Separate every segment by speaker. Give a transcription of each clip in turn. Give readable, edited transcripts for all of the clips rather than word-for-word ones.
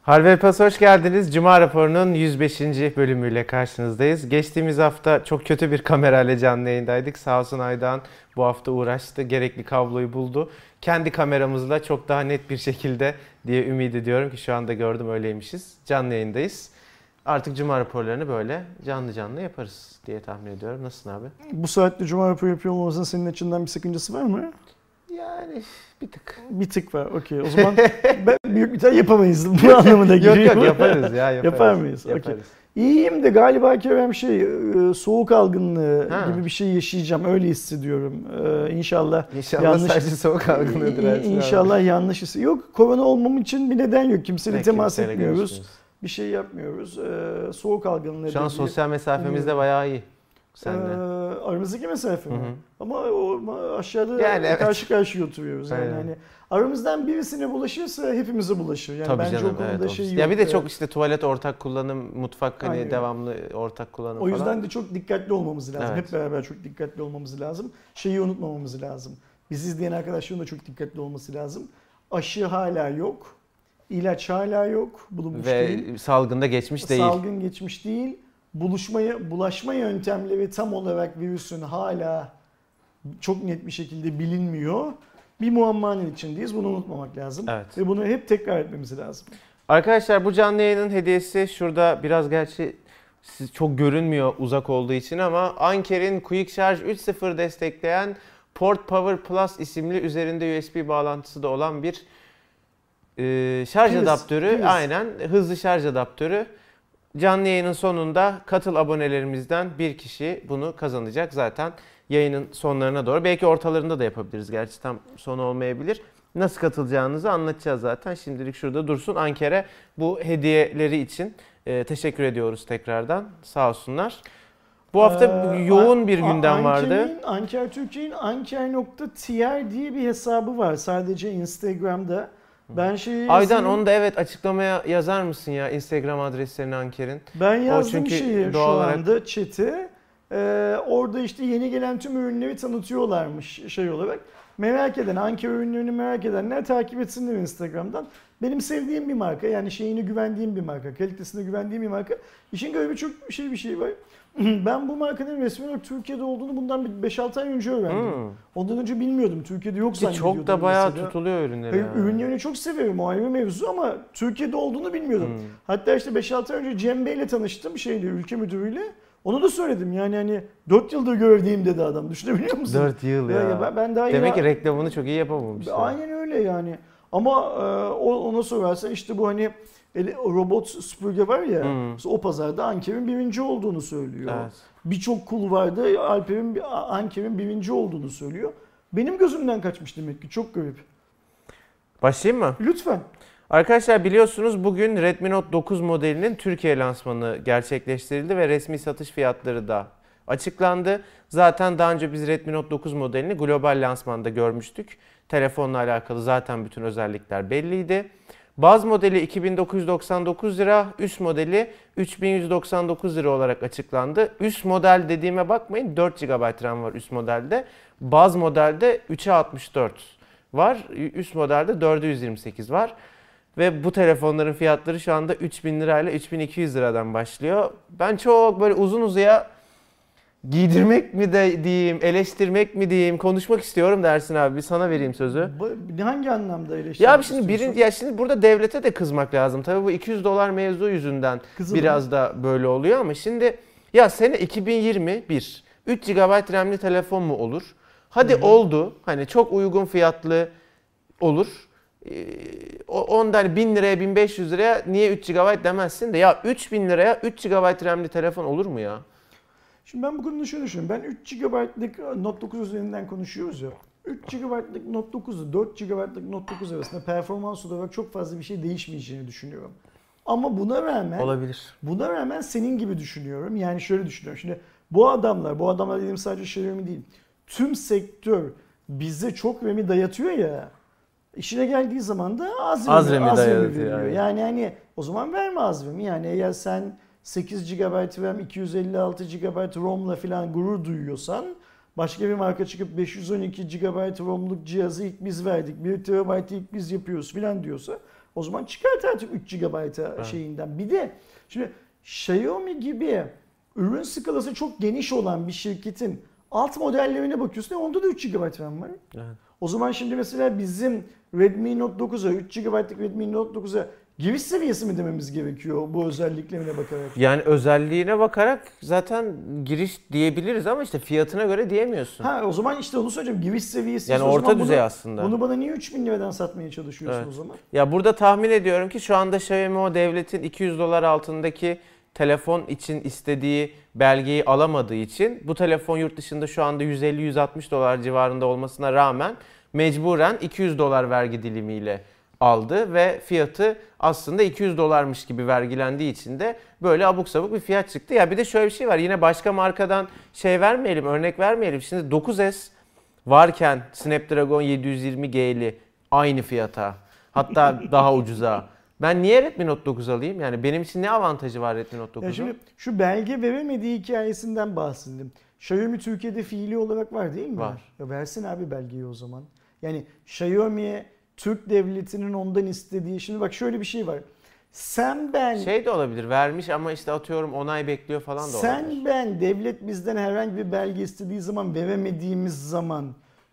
Speaker 1: Harvey Pass hoş geldiniz. Cuma raporunun 105. bölümüyle karşınızdayız. Geçtiğimiz hafta çok kötü bir kamerayla canlı yayındaydık. Sağ olsun Aydan bu hafta uğraştı. Gerekli kabloyu buldu. Kendi kameramızla çok daha net bir şekilde diye ümit ediyorum ki şu anda gördüm öyleymişiz. Canlı yayındayız. Artık Cuma raporlarını böyle canlı yaparız diye tahmin ediyorum. Nasılsın abi?
Speaker 2: Bu saatte Cuma raporu yapıyor olmamızın senin açından bir sakıncası var mı?
Speaker 1: Yani bir tık.
Speaker 2: Bir tık var. Okey. O zaman büyük bir tane yapamayız. Bu anlamına geliyor.
Speaker 1: Yok yaparız ya.
Speaker 2: Yapar mıyız?
Speaker 1: Yaparız.
Speaker 2: Okay. İyiyim de galiba Kerem soğuk algınlığı gibi bir şey yaşayacağım. Öyle hissediyorum. İnşallah
Speaker 1: sadece soğuk algınlığıdır.
Speaker 2: İnşallah yanlış hissediyorum. Yok, korona olmam için bir neden yok. Kimseyle temas etmiyoruz. Bir şey yapmıyoruz. Soğuk algınlığı.
Speaker 1: Şu an sosyal mesafemiz de bayağı iyi.
Speaker 2: Aramızdaki mesafe mi? Ama o aşağıda
Speaker 1: yani
Speaker 2: karşı karşıya oturuyoruz. Yani
Speaker 1: aynen.
Speaker 2: hani aramızdan birisine bulaşırsa hepimize bulaşır. Yani
Speaker 1: tabii
Speaker 2: bence
Speaker 1: canım,
Speaker 2: o konuda
Speaker 1: evet,
Speaker 2: şey yok.
Speaker 1: Ya bir de çok işte tuvalet ortak kullanım, mutfak hani
Speaker 2: aynen.
Speaker 1: devamlı ortak kullanım
Speaker 2: o yüzden
Speaker 1: falan.
Speaker 2: de çok dikkatli olmamız lazım.
Speaker 1: Evet.
Speaker 2: Hep beraber çok dikkatli olmamız lazım. Şeyi unutmamamız lazım. Bizi izleyen arkadaşların da çok dikkatli olması lazım. Aşı hala yok. İlaç hala yok. Bulunmuş değil.
Speaker 1: Ve salgında geçmiş değil.
Speaker 2: Salgın geçmiş değil. Bulaşma yöntemleri tam olarak virüsün hala çok net bir şekilde bilinmiyor. Bir muammanın içindeyiz. Bunu unutmamak lazım.
Speaker 1: Evet.
Speaker 2: Ve bunu hep tekrar etmemiz lazım.
Speaker 1: Arkadaşlar bu canlı yayının hediyesi şurada biraz gerçi çok görünmüyor uzak olduğu için ama Anker'in Quick Charge 3.0 destekleyen Port Power Plus isimli üzerinde USB bağlantısı da olan bir şarj adaptörü. Aynen, hızlı şarj adaptörü. Canlı yayının sonunda katıl abonelerimizden bir kişi bunu kazanacak. Zaten yayının sonlarına doğru. Belki ortalarında da yapabiliriz. Gerçi tam sonu olmayabilir. Nasıl katılacağınızı anlatacağız zaten. Şimdilik şurada dursun. Anker'e bu hediyeleri için teşekkür ediyoruz tekrardan. Sağ olsunlar. Bu hafta yoğun bir gündem vardı.
Speaker 2: Anker Türkiye'nin anker.tr diye bir hesabı var. Sadece Instagram'da.
Speaker 1: Aydan onu da evet açıklamaya yazar mısın ya Instagram adreslerini Anker'in?
Speaker 2: Ben yazdım şu anda chat'e. Orada işte yeni gelen tüm ürünleri tanıtıyorlarmış olarak. Merak eden, Anker ürünlerini merak edenler takip etsinler Instagram'dan. Benim sevdiğim bir marka, yani güvendiğim bir marka, kalitesine güvendiğim bir marka. İşin garibi çok bir şey var. Ben bu markanın resmi olarak Türkiye'de olduğunu bundan 5-6 ay önce öğrendim. Ondan önce bilmiyordum. Türkiye'de yok zannediyordum.
Speaker 1: Çok da bayağı tutuluyor ürünleri.
Speaker 2: Ürünlerini çok severim, o ayrı mevzu ama Türkiye'de olduğunu bilmiyordum. Hatta işte 5-6 ay önce Cem Bey'le tanıştım, ülke müdürüyle. Onu da söyledim yani hani 4 yıldır görevdeyim dedi adam. Düşünebiliyor musun?
Speaker 1: 4 yıl ya.
Speaker 2: Ben daha
Speaker 1: demek ki reklamını çok iyi yapamamışlar.
Speaker 2: Aynen öyle yani. Ama ona sorarsan işte bu hani robot süpürge var ya, o pazarda Anker'in birinci olduğunu söylüyor.
Speaker 1: Evet.
Speaker 2: Birçok kulvarda Anker'in birinci olduğunu söylüyor. Benim gözümden kaçmış demek ki, çok garip.
Speaker 1: Başlayayım mı?
Speaker 2: Lütfen.
Speaker 1: Arkadaşlar biliyorsunuz bugün Redmi Note 9 modelinin Türkiye lansmanı gerçekleştirildi ve resmi satış fiyatları da açıklandı. Zaten daha önce biz Redmi Note 9 modelini global lansmanda görmüştük. Telefonla alakalı zaten bütün özellikler belliydi. Baz modeli 2999 lira, üst modeli 3199 lira olarak açıklandı. Üst model dediğime bakmayın, 4 GB RAM var üst modelde. Baz modelde 3'e 64 var, üst modelde 4'e 128 var. Ve bu telefonların fiyatları şu anda 3000 lirayla 3200 liradan başlıyor. Ben çok böyle uzun uzuya giydirmek mi de diyeyim, eleştirmek mi diyeyim, konuşmak istiyorum dersin abi. Bir sana vereyim sözü.
Speaker 2: Hangi anlamda eleştirmek
Speaker 1: istiyorsun? Şimdi burada devlete de kızmak lazım. Tabii bu $200 mevzu yüzünden biraz da böyle oluyor ama şimdi ya sene 2021 3 GB RAM'li telefon mu olur? Hadi oldu. Hani çok uygun fiyatlı olur. Ondan 1000 liraya 1500 liraya niye 3 GB demezsin de ya 3000 liraya 3 GB RAM'li telefon olur mu ya?
Speaker 2: Şimdi ben bu konuda şöyle düşünüyorum. Ben 3 GB'lık Note 9 üzerinden konuşuyoruz ya. 3 GB'lık Note 9'u 4 GB'lık Note 9 arasında performans olarak çok fazla bir şey değişmeyeceğini düşünüyorum. Ama buna rağmen
Speaker 1: olabilir.
Speaker 2: Buna rağmen senin gibi düşünüyorum. Yani şöyle düşünüyorum. Şimdi bu adamlar dediğim sadece Xiaomi değil. Tüm sektör bize çok RAM'i dayatıyor ya. İşine geldiği zaman da az RAM'i veriyor. Yani hani o zaman verme az RAM'i. Yani eğer sen 8 GB RAM, 256 GB ROM'la falan gurur duyuyorsan, başka bir marka çıkıp 512 GB ROM'luk cihazı ilk biz verdik, 1 TB ilk biz yapıyoruz falan diyorsa, O zaman çıkart artık 3 GB'a şeyinden. Bir de şimdi Xiaomi gibi ürün skalası çok geniş olan bir şirketin alt modellerine bakıyorsun onda da 3 GB RAM var.
Speaker 1: Evet.
Speaker 2: O zaman şimdi mesela bizim Redmi Note 9'a 3 GB'lık Redmi Note 9'a giriş seviyesi mi dememiz gerekiyor bu özelliklerine bakarak?
Speaker 1: Yani özelliğine bakarak zaten giriş diyebiliriz ama işte fiyatına göre diyemiyorsun.
Speaker 2: O zaman işte onu söyleyeceğim. Giriş seviyesi.
Speaker 1: Yani orta düzey aslında.
Speaker 2: Bunu bana niye 3000 liradan satmaya çalışıyorsun o zaman?
Speaker 1: Ya burada tahmin ediyorum ki şu anda Xiaomi o devletin $200 altındaki telefon için istediği belgeyi alamadığı için bu telefon yurt dışında şu anda $150-160 civarında olmasına rağmen mecburen $200 vergi dilimiyle aldı ve fiyatı aslında $200'mış gibi vergilendiği için de böyle abuk sabuk bir fiyat çıktı. Ya bir de şöyle bir şey var. Yine başka markadan örnek vermeyelim. Şimdi 9S varken Snapdragon 720G'li aynı fiyata, hatta daha ucuza. Ben niye Redmi Note 9 alayım? Yani benim için ne avantajı var Redmi Note 9'un?
Speaker 2: Ya şimdi şu belge veremediği hikayesinden bahsettim. Xiaomi Türkiye'de fiili olarak var değil mi?
Speaker 1: Var.
Speaker 2: Ya versin abi belgeyi o zaman. Yani Xiaomi'ye Türk devletinin ondan istediği... Şimdi bak şöyle bir şey var. Sen ben...
Speaker 1: Şey de olabilir, vermiş ama işte atıyorum onay bekliyor falan da olabilir.
Speaker 2: Sen ben devlet bizden herhangi bir belge istediği zaman veremediğimiz zaman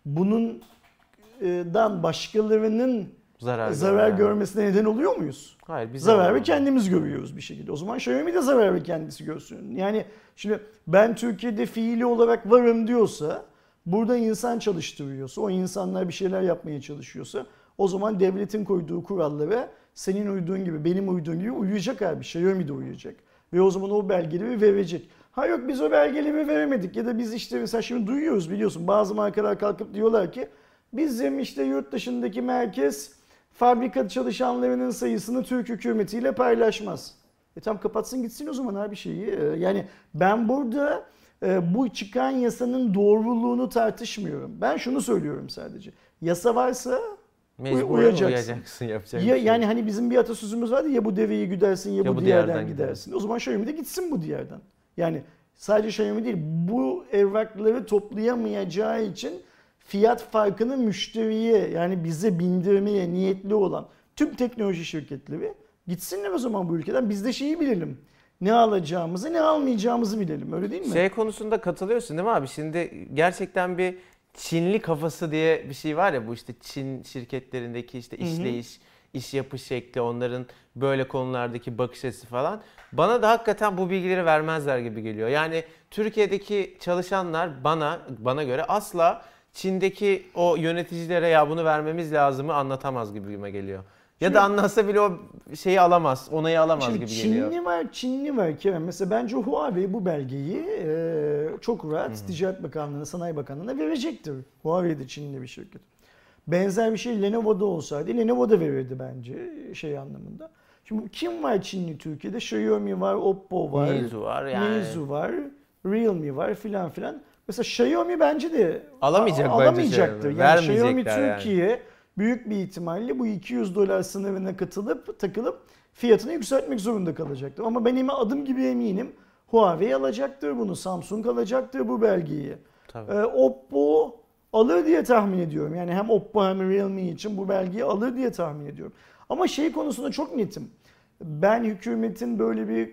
Speaker 2: bundan başkalarının zarar görmesine neden oluyor muyuz?
Speaker 1: Hayır, biz
Speaker 2: zararı kendimiz görüyoruz bir şekilde. O zaman Xiaomi de zararı kendisi görsün. Yani şimdi ben Türkiye'de fiili olarak varım diyorsa, burada insan çalıştırıyorsa, o insanlar bir şeyler yapmaya çalışıyorsa o zaman devletin koyduğu kurallara senin uyduğun gibi, benim uyduğum gibi uyacak abi. Xiaomi de uyacak. Ve o zaman o belgeleri verecek. Ha yok biz o belgeleri veremedik ya da biz işte mesela şimdi duyuyoruz biliyorsun bazı markalar kalkıp diyorlar ki bizim işte yurt dışındaki merkez fabrika çalışanlarının sayısını Türk hükümetiyle paylaşmaz. Tam kapatsın gitsin o zaman abi şeyi. Yani ben burada bu çıkan yasanın doğruluğunu tartışmıyorum. Ben şunu söylüyorum sadece. Yasa varsa
Speaker 1: uyacaksın, yapacak bir şey.
Speaker 2: Yani hani bizim bir atasözümüz vardı ya bu deveyi güdersin ya bu diyardan gidersin. O zaman Xiaomi de gitsin bu diyardan. Yani sadece Xiaomi değil bu evrakları toplayamayacağı için fiyat farkını müşteriye yani bize bindirmeye niyetli olan tüm teknoloji şirketleri gitsinler o zaman bu ülkeden. Biz de şeyi bilelim. Ne alacağımızı ne almayacağımızı bilelim. Öyle değil mi?
Speaker 1: Şey konusunda katılıyorsun değil mi abi? Şimdi gerçekten bir Çinli kafası diye bir şey var ya bu işte Çin şirketlerindeki işte işleyiş, iş yapış şekli, onların böyle konulardaki bakış açısı falan. Bana da hakikaten bu bilgileri vermezler gibi geliyor. Yani Türkiye'deki çalışanlar bana göre asla Çin'deki o yöneticilere ya bunu vermemiz lazımı anlatamaz gibime geliyor. Ya da anlatsa bile o şeyi alamaz, onayı alamaz gibi geliyor.
Speaker 2: Çinli var Kerem. Mesela bence Huawei bu belgeyi çok rahat Ticaret Bakanlığı'na, Sanayi Bakanlığı'na verecektir. Huawei de Çinli bir şirket. Benzer bir şey Lenovo'da olsaydı Lenovo da verirdi bence şey anlamında. Şimdi kim var Çinli Türkiye'de? Xiaomi var, Oppo var, Meizu var, Realme var filan filan. Mesela Xiaomi bence de alamayacaktır. Yani Xiaomi Türkiye büyük bir ihtimalle bu $200 sınırına takılıp fiyatını yükseltmek zorunda kalacaktır. Ama benim adım gibi eminim Huawei alacaktır bunu, Samsung alacaktır bu belgeyi. Oppo alır diye tahmin ediyorum. Yani hem Oppo hem Realme için bu belgeyi alır diye tahmin ediyorum. Ama şey konusunda çok netim. Ben hükümetin böyle bir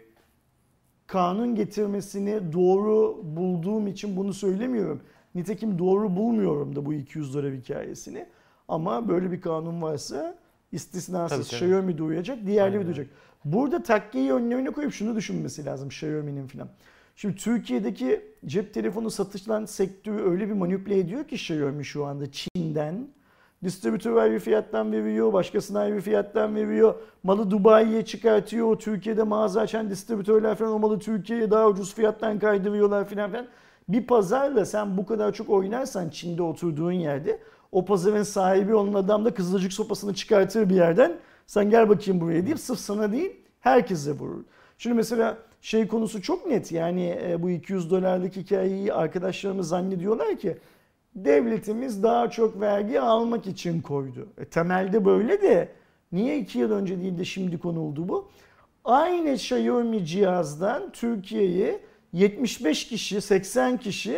Speaker 2: kanun getirmesini doğru bulduğum için bunu söylemiyorum. Nitekim doğru bulmuyorum da bu $200 hikayesini. Ama böyle bir kanun varsa istisnasız Xiaomi de uyacak, diğerleri de uyacak. Burada takkiyi önlerine koyup şunu düşünmesi lazım Xiaomi'nin filan. Şimdi Türkiye'deki cep telefonu satılan sektörü öyle bir manipüle ediyor ki Xiaomi şu anda Çin'den. Distribütör ayrı fiyattan veriyor, başkasına ayrı fiyattan veriyor. Malı Dubai'ye çıkartıyor, o Türkiye'de mağaza açan distribütörler falan o malı Türkiye'ye daha ucuz fiyattan kaydırıyorlar filan filan. Bir pazarla sen bu kadar çok oynarsan Çin'de oturduğun yerde o pazarın sahibi olan adam da kızılcık sopasını çıkartır bir yerden. Sen gel bakayım buraya deyip sırf sana değil herkese vurur. Şimdi mesela şey konusu çok net yani bu $200'lık hikayeyi arkadaşlarımız zannediyorlar ki devletimiz daha çok vergi almak için koydu. Temelde böyle de niye 2 yıl önce değil de şimdi konuldu bu? Aynı Xiaomi cihazdan Türkiye'ye 75 kişi 80 kişi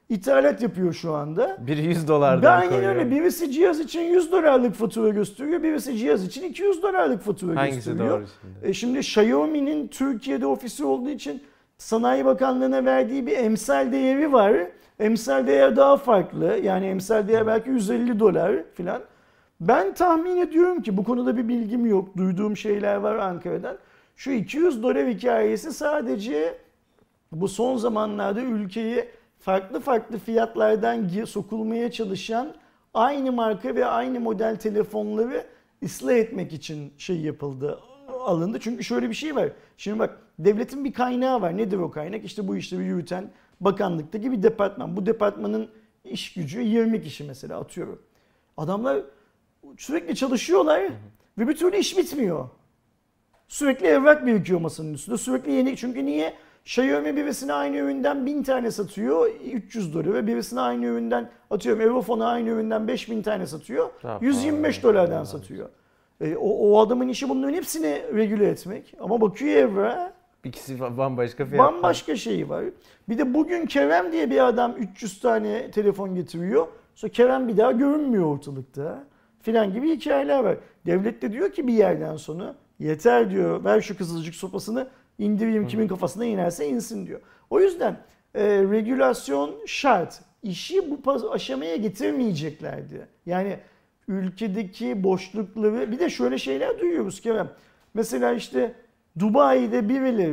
Speaker 2: ithalat yapıyor şu anda.
Speaker 1: Biri 100 dolardan
Speaker 2: Aynen
Speaker 1: koyuyor.
Speaker 2: öyle. Birisi cihaz için 100 dolarlık fatura gösteriyor. Birisi cihaz için 200 dolarlık fatura
Speaker 1: Hangisi
Speaker 2: gösteriyor.
Speaker 1: doğru şimdi?
Speaker 2: Şimdi Xiaomi'nin Türkiye'de ofisi olduğu için Sanayi Bakanlığı'na verdiği bir emsal değeri var. Emsal değer daha farklı. Yani emsal değer belki 150 dolar filan. Ben tahmin ediyorum ki bu konuda bir bilgim yok. Duyduğum şeyler var Ankara'dan. Şu 200 dolar hikayesi sadece bu son zamanlarda ülkeye farklı farklı fiyatlardan sokulmaya çalışan aynı marka ve aynı model telefonları ıslah etmek için yapıldı, alındı. Çünkü şöyle bir şey var. Şimdi bak, devletin bir kaynağı var. Nedir o kaynak? İşte bu işleri yürüten bakanlıktaki bir departman. Bu departmanın iş gücü 20 kişi mesela, atıyorum. Adamlar sürekli çalışıyorlar ve bir türlü iş bitmiyor. Sürekli evrak birikiyor masanın üstünde. Sürekli yeni. Çünkü niye? Xiaomi birisine aynı üründen 1000 tane satıyor 300 dolar ve birisine aynı üründen, atıyorum Everphone'a aynı üründen 5000 tane satıyor 125 dolardan satıyor. O adamın işi bunların hepsini regüle etmek. Ama bakıyor evrağa.
Speaker 1: İkisi bambaşka fiyatlar.
Speaker 2: Bambaşka şeyi var. Bir de bugün Kerem diye bir adam 300 tane telefon getiriyor. Sonra Kerem bir daha görünmüyor ortalıkta filan gibi hikayeler var. Devlet de diyor ki bir yerden sonra yeter diyor, ver şu kızılcık sopasını indireyim, kimin kafasına inerse insin diyor. O yüzden regülasyon şart. İşi bu aşamaya getirmeyeceklerdi. Yani ülkedeki boşlukları, bir de şöyle şeyler duyuyoruz Kerem. Mesela işte Dubai'de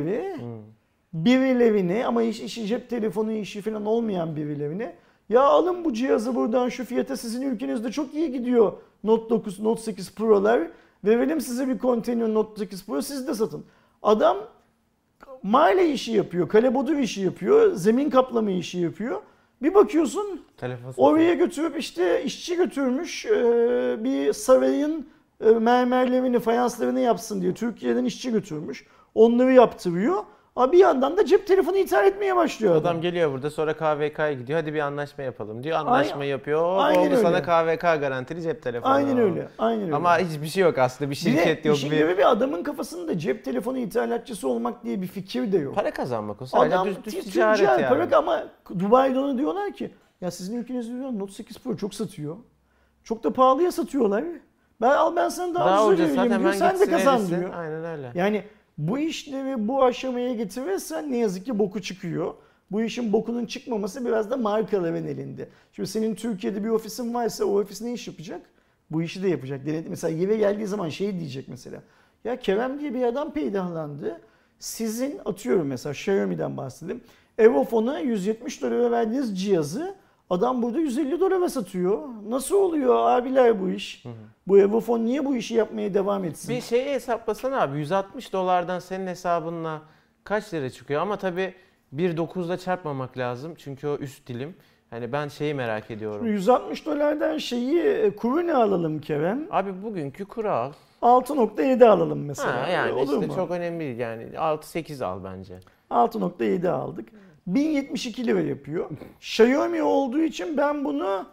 Speaker 2: birilerini ama işi cep telefonu işi falan olmayan birilerini, ya alın bu cihazı buradan şu fiyata, sizin ülkenizde çok iyi gidiyor Note 9, Note 8 Pro'lar, verelim size bir konteyner Note 8 Pro, siz de satın. Adam mali işi yapıyor, kalebodur işi yapıyor, zemin kaplama işi yapıyor. Bir bakıyorsun oraya götürüp işte işçi götürmüş bir sarayın mermerlerini, fayanslarını yapsın diye Türkiye'den işçi götürmüş. Onları yaptırıyor. Ama bir yandan da cep telefonu ithal etmeye başlıyor adam.
Speaker 1: Adam geliyor burada, sonra KVK'ya gidiyor. Hadi bir anlaşma yapalım diyor. Anlaşma yapıyor.
Speaker 2: Aynen
Speaker 1: oldu
Speaker 2: öyle.
Speaker 1: Sana KVK garantili cep telefonu.
Speaker 2: Aynen öyle. Aynen öyle.
Speaker 1: Ama hiçbir şey yok aslında. Bir şirket yok.
Speaker 2: İşin gibi bir adamın kafasında cep telefonu ithalatçısı olmak diye bir fikir de yok.
Speaker 1: Para kazanmak o. Sadece
Speaker 2: Adam
Speaker 1: düz ticaret yani.
Speaker 2: para, ama Dubai'de ona diyorlar ki ya sizin ülkenizde diyor Note 8 Pro çok satıyor. Çok da pahalıya satıyorlar. Ben sana daha ucuz vereyim diyor. Sen de kazan diyor.
Speaker 1: Aynen öyle.
Speaker 2: Yani bu işleri bu aşamaya getirirsen ne yazık ki boku çıkıyor. Bu işin bokunun çıkmaması biraz da markaların elinde. Şimdi senin Türkiye'de bir ofisin varsa o ofis ne iş yapacak? Bu işi de yapacak. Mesela eve geldiği zaman diyecek mesela. Ya Kerem diye bir adam peydahlandı. Sizin, atıyorum mesela Xiaomi'den bahsedelim. Everphone'a 170 dolara verdiğiniz cihazı adam burada 150 dolara satıyor. Nasıl oluyor abiler bu iş? Bu Everphone niye bu işi yapmaya devam etsin?
Speaker 1: Bir şeyi hesaplasana abi. 160 dolardan senin hesabınla kaç lira çıkıyor? Ama tabii 1.9'da çarpmamak lazım. Çünkü o üst dilim. Hani ben merak ediyorum.
Speaker 2: 160 dolardan kuru ne alalım Kerem?
Speaker 1: Abi bugünkü kuru al.
Speaker 2: 6.7 alalım mesela.
Speaker 1: Yani
Speaker 2: olur
Speaker 1: işte
Speaker 2: mu?
Speaker 1: çok önemli değil yani. 6-8 al bence.
Speaker 2: 6.7 aldık. 1072 lira yapıyor. Xiaomi olduğu için ben bunu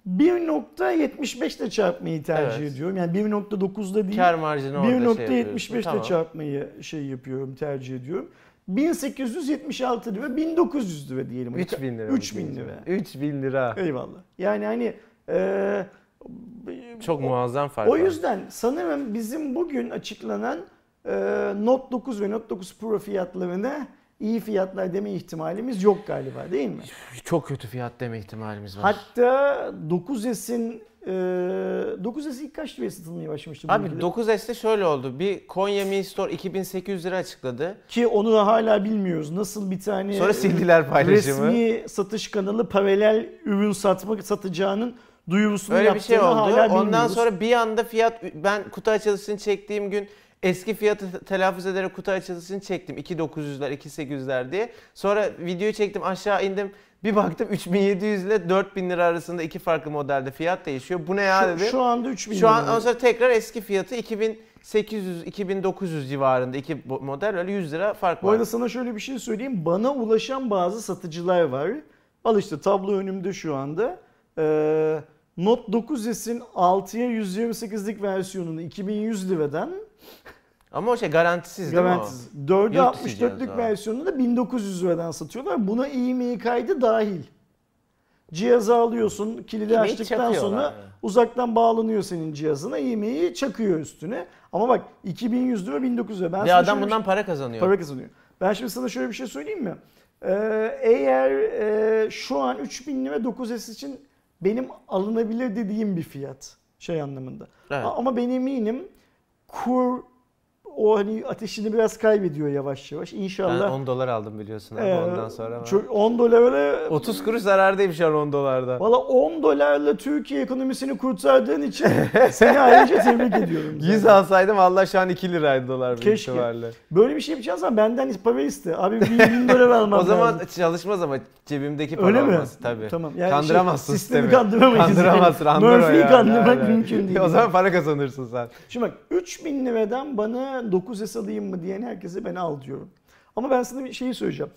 Speaker 2: 1.75 ile çarpmayı tercih ediyorum. Yani 1.9'da değil.
Speaker 1: Kar marjını orada
Speaker 2: 1.75 ile çarpmayı yapıyorum, tercih ediyorum. 1876 lira, 1900 lira diyelim.
Speaker 1: 3000 lira.
Speaker 2: 3000 lira.
Speaker 1: 3000 lira.
Speaker 2: Eyvallah. Yani hani
Speaker 1: çok muazzam fark var.
Speaker 2: O yüzden sanırım bizim bugün açıklanan Note 9 ve Note 9 Pro fiyatlarına iyi fiyatlar deme ihtimalimiz yok galiba, değil mi?
Speaker 1: Çok kötü fiyat deme ihtimalimiz var.
Speaker 2: Hatta 9S'in 9S ilk kaç liraya satılmaya başlamıştı?
Speaker 1: Abi 9S'te şöyle oldu. Bir Konya Mi Store 2800 lira açıkladı.
Speaker 2: Ki onu da hala bilmiyoruz. Nasıl bir tane
Speaker 1: sonra sildiler paylaşımı.
Speaker 2: Resmi satış kanalı paralel ürün satacağının duyurusunu
Speaker 1: öyle bir şey oldu.
Speaker 2: Hala bilmiyoruz.
Speaker 1: Ondan sonra bir anda fiyat, ben kutu açılışını çektiğim gün eski fiyatı telaffuz ederek kutu açılışını çektim. 2.900'ler, 2.800'ler diye. Sonra videoyu çektim, aşağı indim. Bir baktım 3700 ile 4000 lira arasında iki farklı modelde fiyat değişiyor. Bu ne ya dedim.
Speaker 2: Şu anda 3000
Speaker 1: Şu an sonra tekrar eski fiyatı 2800-2900 civarında iki model, öyle 100 lira fark var.
Speaker 2: Bu arada sana şöyle bir şey söyleyeyim. Bana ulaşan bazı satıcılar var. Al işte tablo önümde şu anda. Note 9S'in 6'ya 128'lik versiyonunu 2100 liradan,
Speaker 1: ama o garantisiz değil mi o?
Speaker 2: 4'e 64'lük versiyonunu da 1900 liradan satıyorlar. Buna IMEI kaydı dahil. Cihazı alıyorsun, kilidi
Speaker 1: İğmeyi
Speaker 2: açtıktan
Speaker 1: çakıyorlar
Speaker 2: sonra
Speaker 1: yani.
Speaker 2: uzaktan bağlanıyor senin cihazına, iğmeyi çakıyor üstüne. Ama bak 2100 lira 1900 lira. Ben
Speaker 1: Bir
Speaker 2: sana
Speaker 1: adam
Speaker 2: şöyle
Speaker 1: bundan para kazanıyor.
Speaker 2: para kazanıyor. Ben şimdi sana şöyle bir şey söyleyeyim mi? Eğer şu an 3000 lira 9S için benim alınabilir dediğim bir fiyat şey anlamında.
Speaker 1: Evet.
Speaker 2: Ama ben eminim kur o hani ateşini biraz kaybediyor yavaş yavaş.
Speaker 1: Ben
Speaker 2: İnşallah
Speaker 1: 10 dolar aldım biliyorsun abi ondan sonra. Ama.
Speaker 2: 10 dolara
Speaker 1: 30 kuruş zarardayım şu an 10 dolarda.
Speaker 2: valla 10 dolarla Türkiye ekonomisini kurtardığın için seni ayrıca tebrik ediyorum.
Speaker 1: 100
Speaker 2: zaten.
Speaker 1: alsaydım Allah şu an 2 liraydı dolar büyük
Speaker 2: Keşke.
Speaker 1: ihtimalle.
Speaker 2: Böyle bir şey yapacağız benden para iste. Abi 1000 dolar almam
Speaker 1: O zaman
Speaker 2: lazım.
Speaker 1: çalışmaz ama cebimdeki para
Speaker 2: Öyle mi?
Speaker 1: olması tabii.
Speaker 2: Tamam. Yani
Speaker 1: Kandıramazsın
Speaker 2: sistemi
Speaker 1: sistemi.
Speaker 2: kandıramayız.
Speaker 1: Kandıramazsın anlar o
Speaker 2: Murphy'yi
Speaker 1: yani.
Speaker 2: kandırmak
Speaker 1: Aynen.
Speaker 2: mümkün değil.
Speaker 1: O zaman para kazanırsın sen.
Speaker 2: Şimdi bak 3000 liradan bana 9S alayım mı diyen herkese ben al diyorum. Ama ben sana bir şey söyleyeceğim.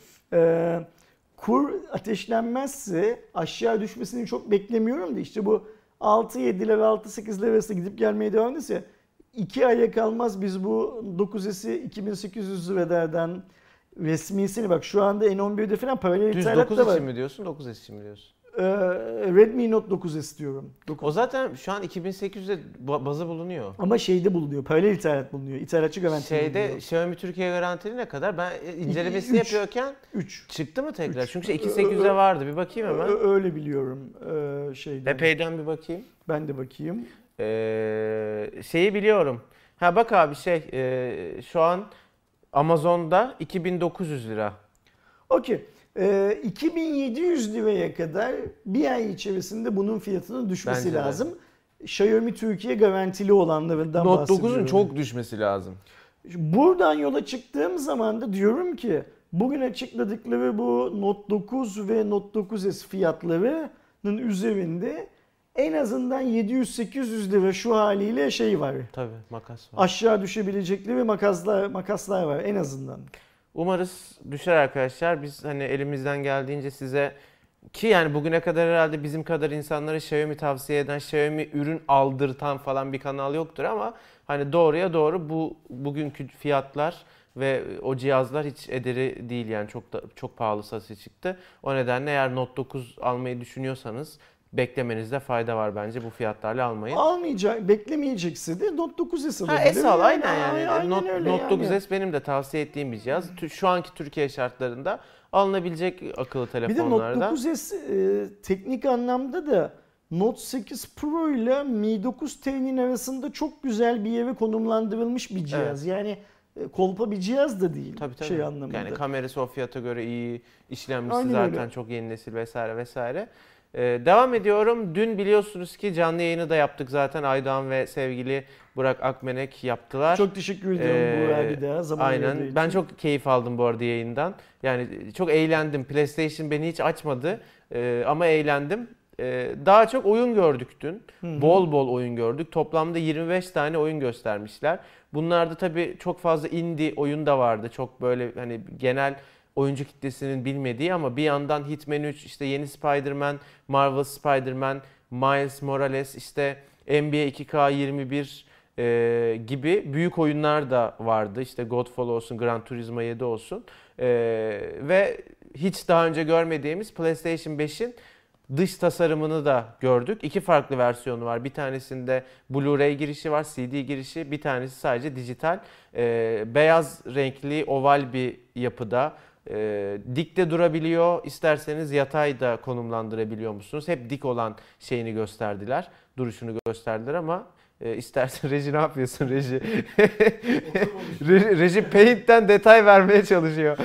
Speaker 2: Kur ateşlenmezse aşağı düşmesini çok beklemiyorum da işte bu 6-7 lira 6-8 lira arasında gidip gelmeye devam ederse 2 aya kalmaz biz bu 9S'i 2800 liradan resmisini bak şu anda N11'de falan paralel
Speaker 1: Düz
Speaker 2: ithalat
Speaker 1: 9
Speaker 2: da var.
Speaker 1: için mi diyorsun 9S için mi diyorsun?
Speaker 2: Redmi Note 9S diyorum.
Speaker 1: O zaten şu an 2800'de bazı bulunuyor.
Speaker 2: Ama şeyde bulunuyor. Paralel ithalat bulunuyor. İthalatçı garantili
Speaker 1: Şeyde
Speaker 2: bulunuyor.
Speaker 1: Xiaomi Türkiye garantili ne kadar? Ben incelemesini
Speaker 2: Üç.
Speaker 1: yapıyorken
Speaker 2: 3.
Speaker 1: çıktı mı tekrar? Çünkü 2800'e vardı. Bir bakayım hemen.
Speaker 2: Öyle biliyorum şeyden.
Speaker 1: Epeyden bir bakayım.
Speaker 2: Ben de bakayım.
Speaker 1: Şeyi biliyorum. Ha bak abi şu an Amazon'da 2900 lira.
Speaker 2: Okey. 2700 liraya kadar bir ay içerisinde bunun fiyatının düşmesi
Speaker 1: Bence de.
Speaker 2: lazım. Xiaomi Türkiye garantili olanlarından
Speaker 1: Note
Speaker 2: bahsediyorum.
Speaker 1: 9'un çok düşmesi lazım.
Speaker 2: Buradan yola çıktığım zaman da diyorum ki bugün açıkladıkları bu Note 9 ve Note 9S fiyatlarının üzerinde en azından 700-800 lira şu haliyle şey var.
Speaker 1: Tabii makas var.
Speaker 2: Aşağı düşebilecekleri makaslar var en azından.
Speaker 1: Umarız düşer arkadaşlar. Biz hani elimizden geldiğince size ki yani bugüne kadar herhalde bizim kadar insanlara Xiaomi tavsiye eden, Xiaomi ürün aldırtan falan bir kanal yoktur ama hani doğruya doğru bugünkü fiyatlar ve o cihazlar hiç ederi değil yani çok pahalı satışa çıktı. O nedenle eğer Note 9 almayı düşünüyorsanız beklemenizde fayda var bence bu fiyatlarla almayın.
Speaker 2: Beklemeyecekse de Note 9S alın.
Speaker 1: Ha, S al aynen yani.
Speaker 2: Aynen
Speaker 1: Note
Speaker 2: öyle
Speaker 1: 9S benim de tavsiye ettiğim bir cihaz. Şu anki Türkiye şartlarında alınabilecek akıllı
Speaker 2: Bir de
Speaker 1: telefonlarda.
Speaker 2: Note 9S teknik anlamda da Note 8 Pro ile Mi 9 T'nin arasında çok güzel bir yere konumlandırılmış bir cihaz. Yani kolpa bir cihaz da değil
Speaker 1: Tabii.
Speaker 2: şey anlamında.
Speaker 1: Yani kamerası o fiyata göre iyi, işlemcisi
Speaker 2: Aynen
Speaker 1: zaten
Speaker 2: öyle.
Speaker 1: çok yeni nesil vesaire vesaire. Devam ediyorum. Dün biliyorsunuz ki canlı yayını da yaptık zaten. Aydoğan ve sevgili Burak Akmenek yaptılar.
Speaker 2: Çok teşekkür ediyorum Burak'a bir daha zaman ayırdığı
Speaker 1: Aynen.
Speaker 2: için.
Speaker 1: Ben çok keyif aldım bu arada yayından. Yani çok eğlendim. PlayStation beni hiç açmadı ama eğlendim. Daha çok oyun gördük dün. Bol bol oyun gördük. Toplamda 25 tane oyun göstermişler. Bunlarda tabii çok fazla indie oyun da vardı. Çok böyle hani genel oyuncu kitlesinin bilmediği ama bir yandan Hitman 3, işte yeni Spider-Man, Marvel Spider-Man, Miles Morales, işte NBA 2K21 gibi büyük oyunlar da vardı. İşte Godfall olsun, Gran Turismo 7 olsun. Ve hiç daha önce görmediğimiz PlayStation 5'in dış tasarımını da gördük. İki farklı versiyonu var. Bir tanesinde Blu-ray girişi var, CD girişi. Bir tanesi sadece dijital. Beyaz renkli oval bir yapıda. Dikte durabiliyor. İsterseniz yatay da konumlandırabiliyor musunuz? Hep dik olan şeyini gösterdiler. Duruşunu gösterdiler ama istersen Reji ne yapıyorsun Reji? Reji Paint'ten detay vermeye çalışıyor.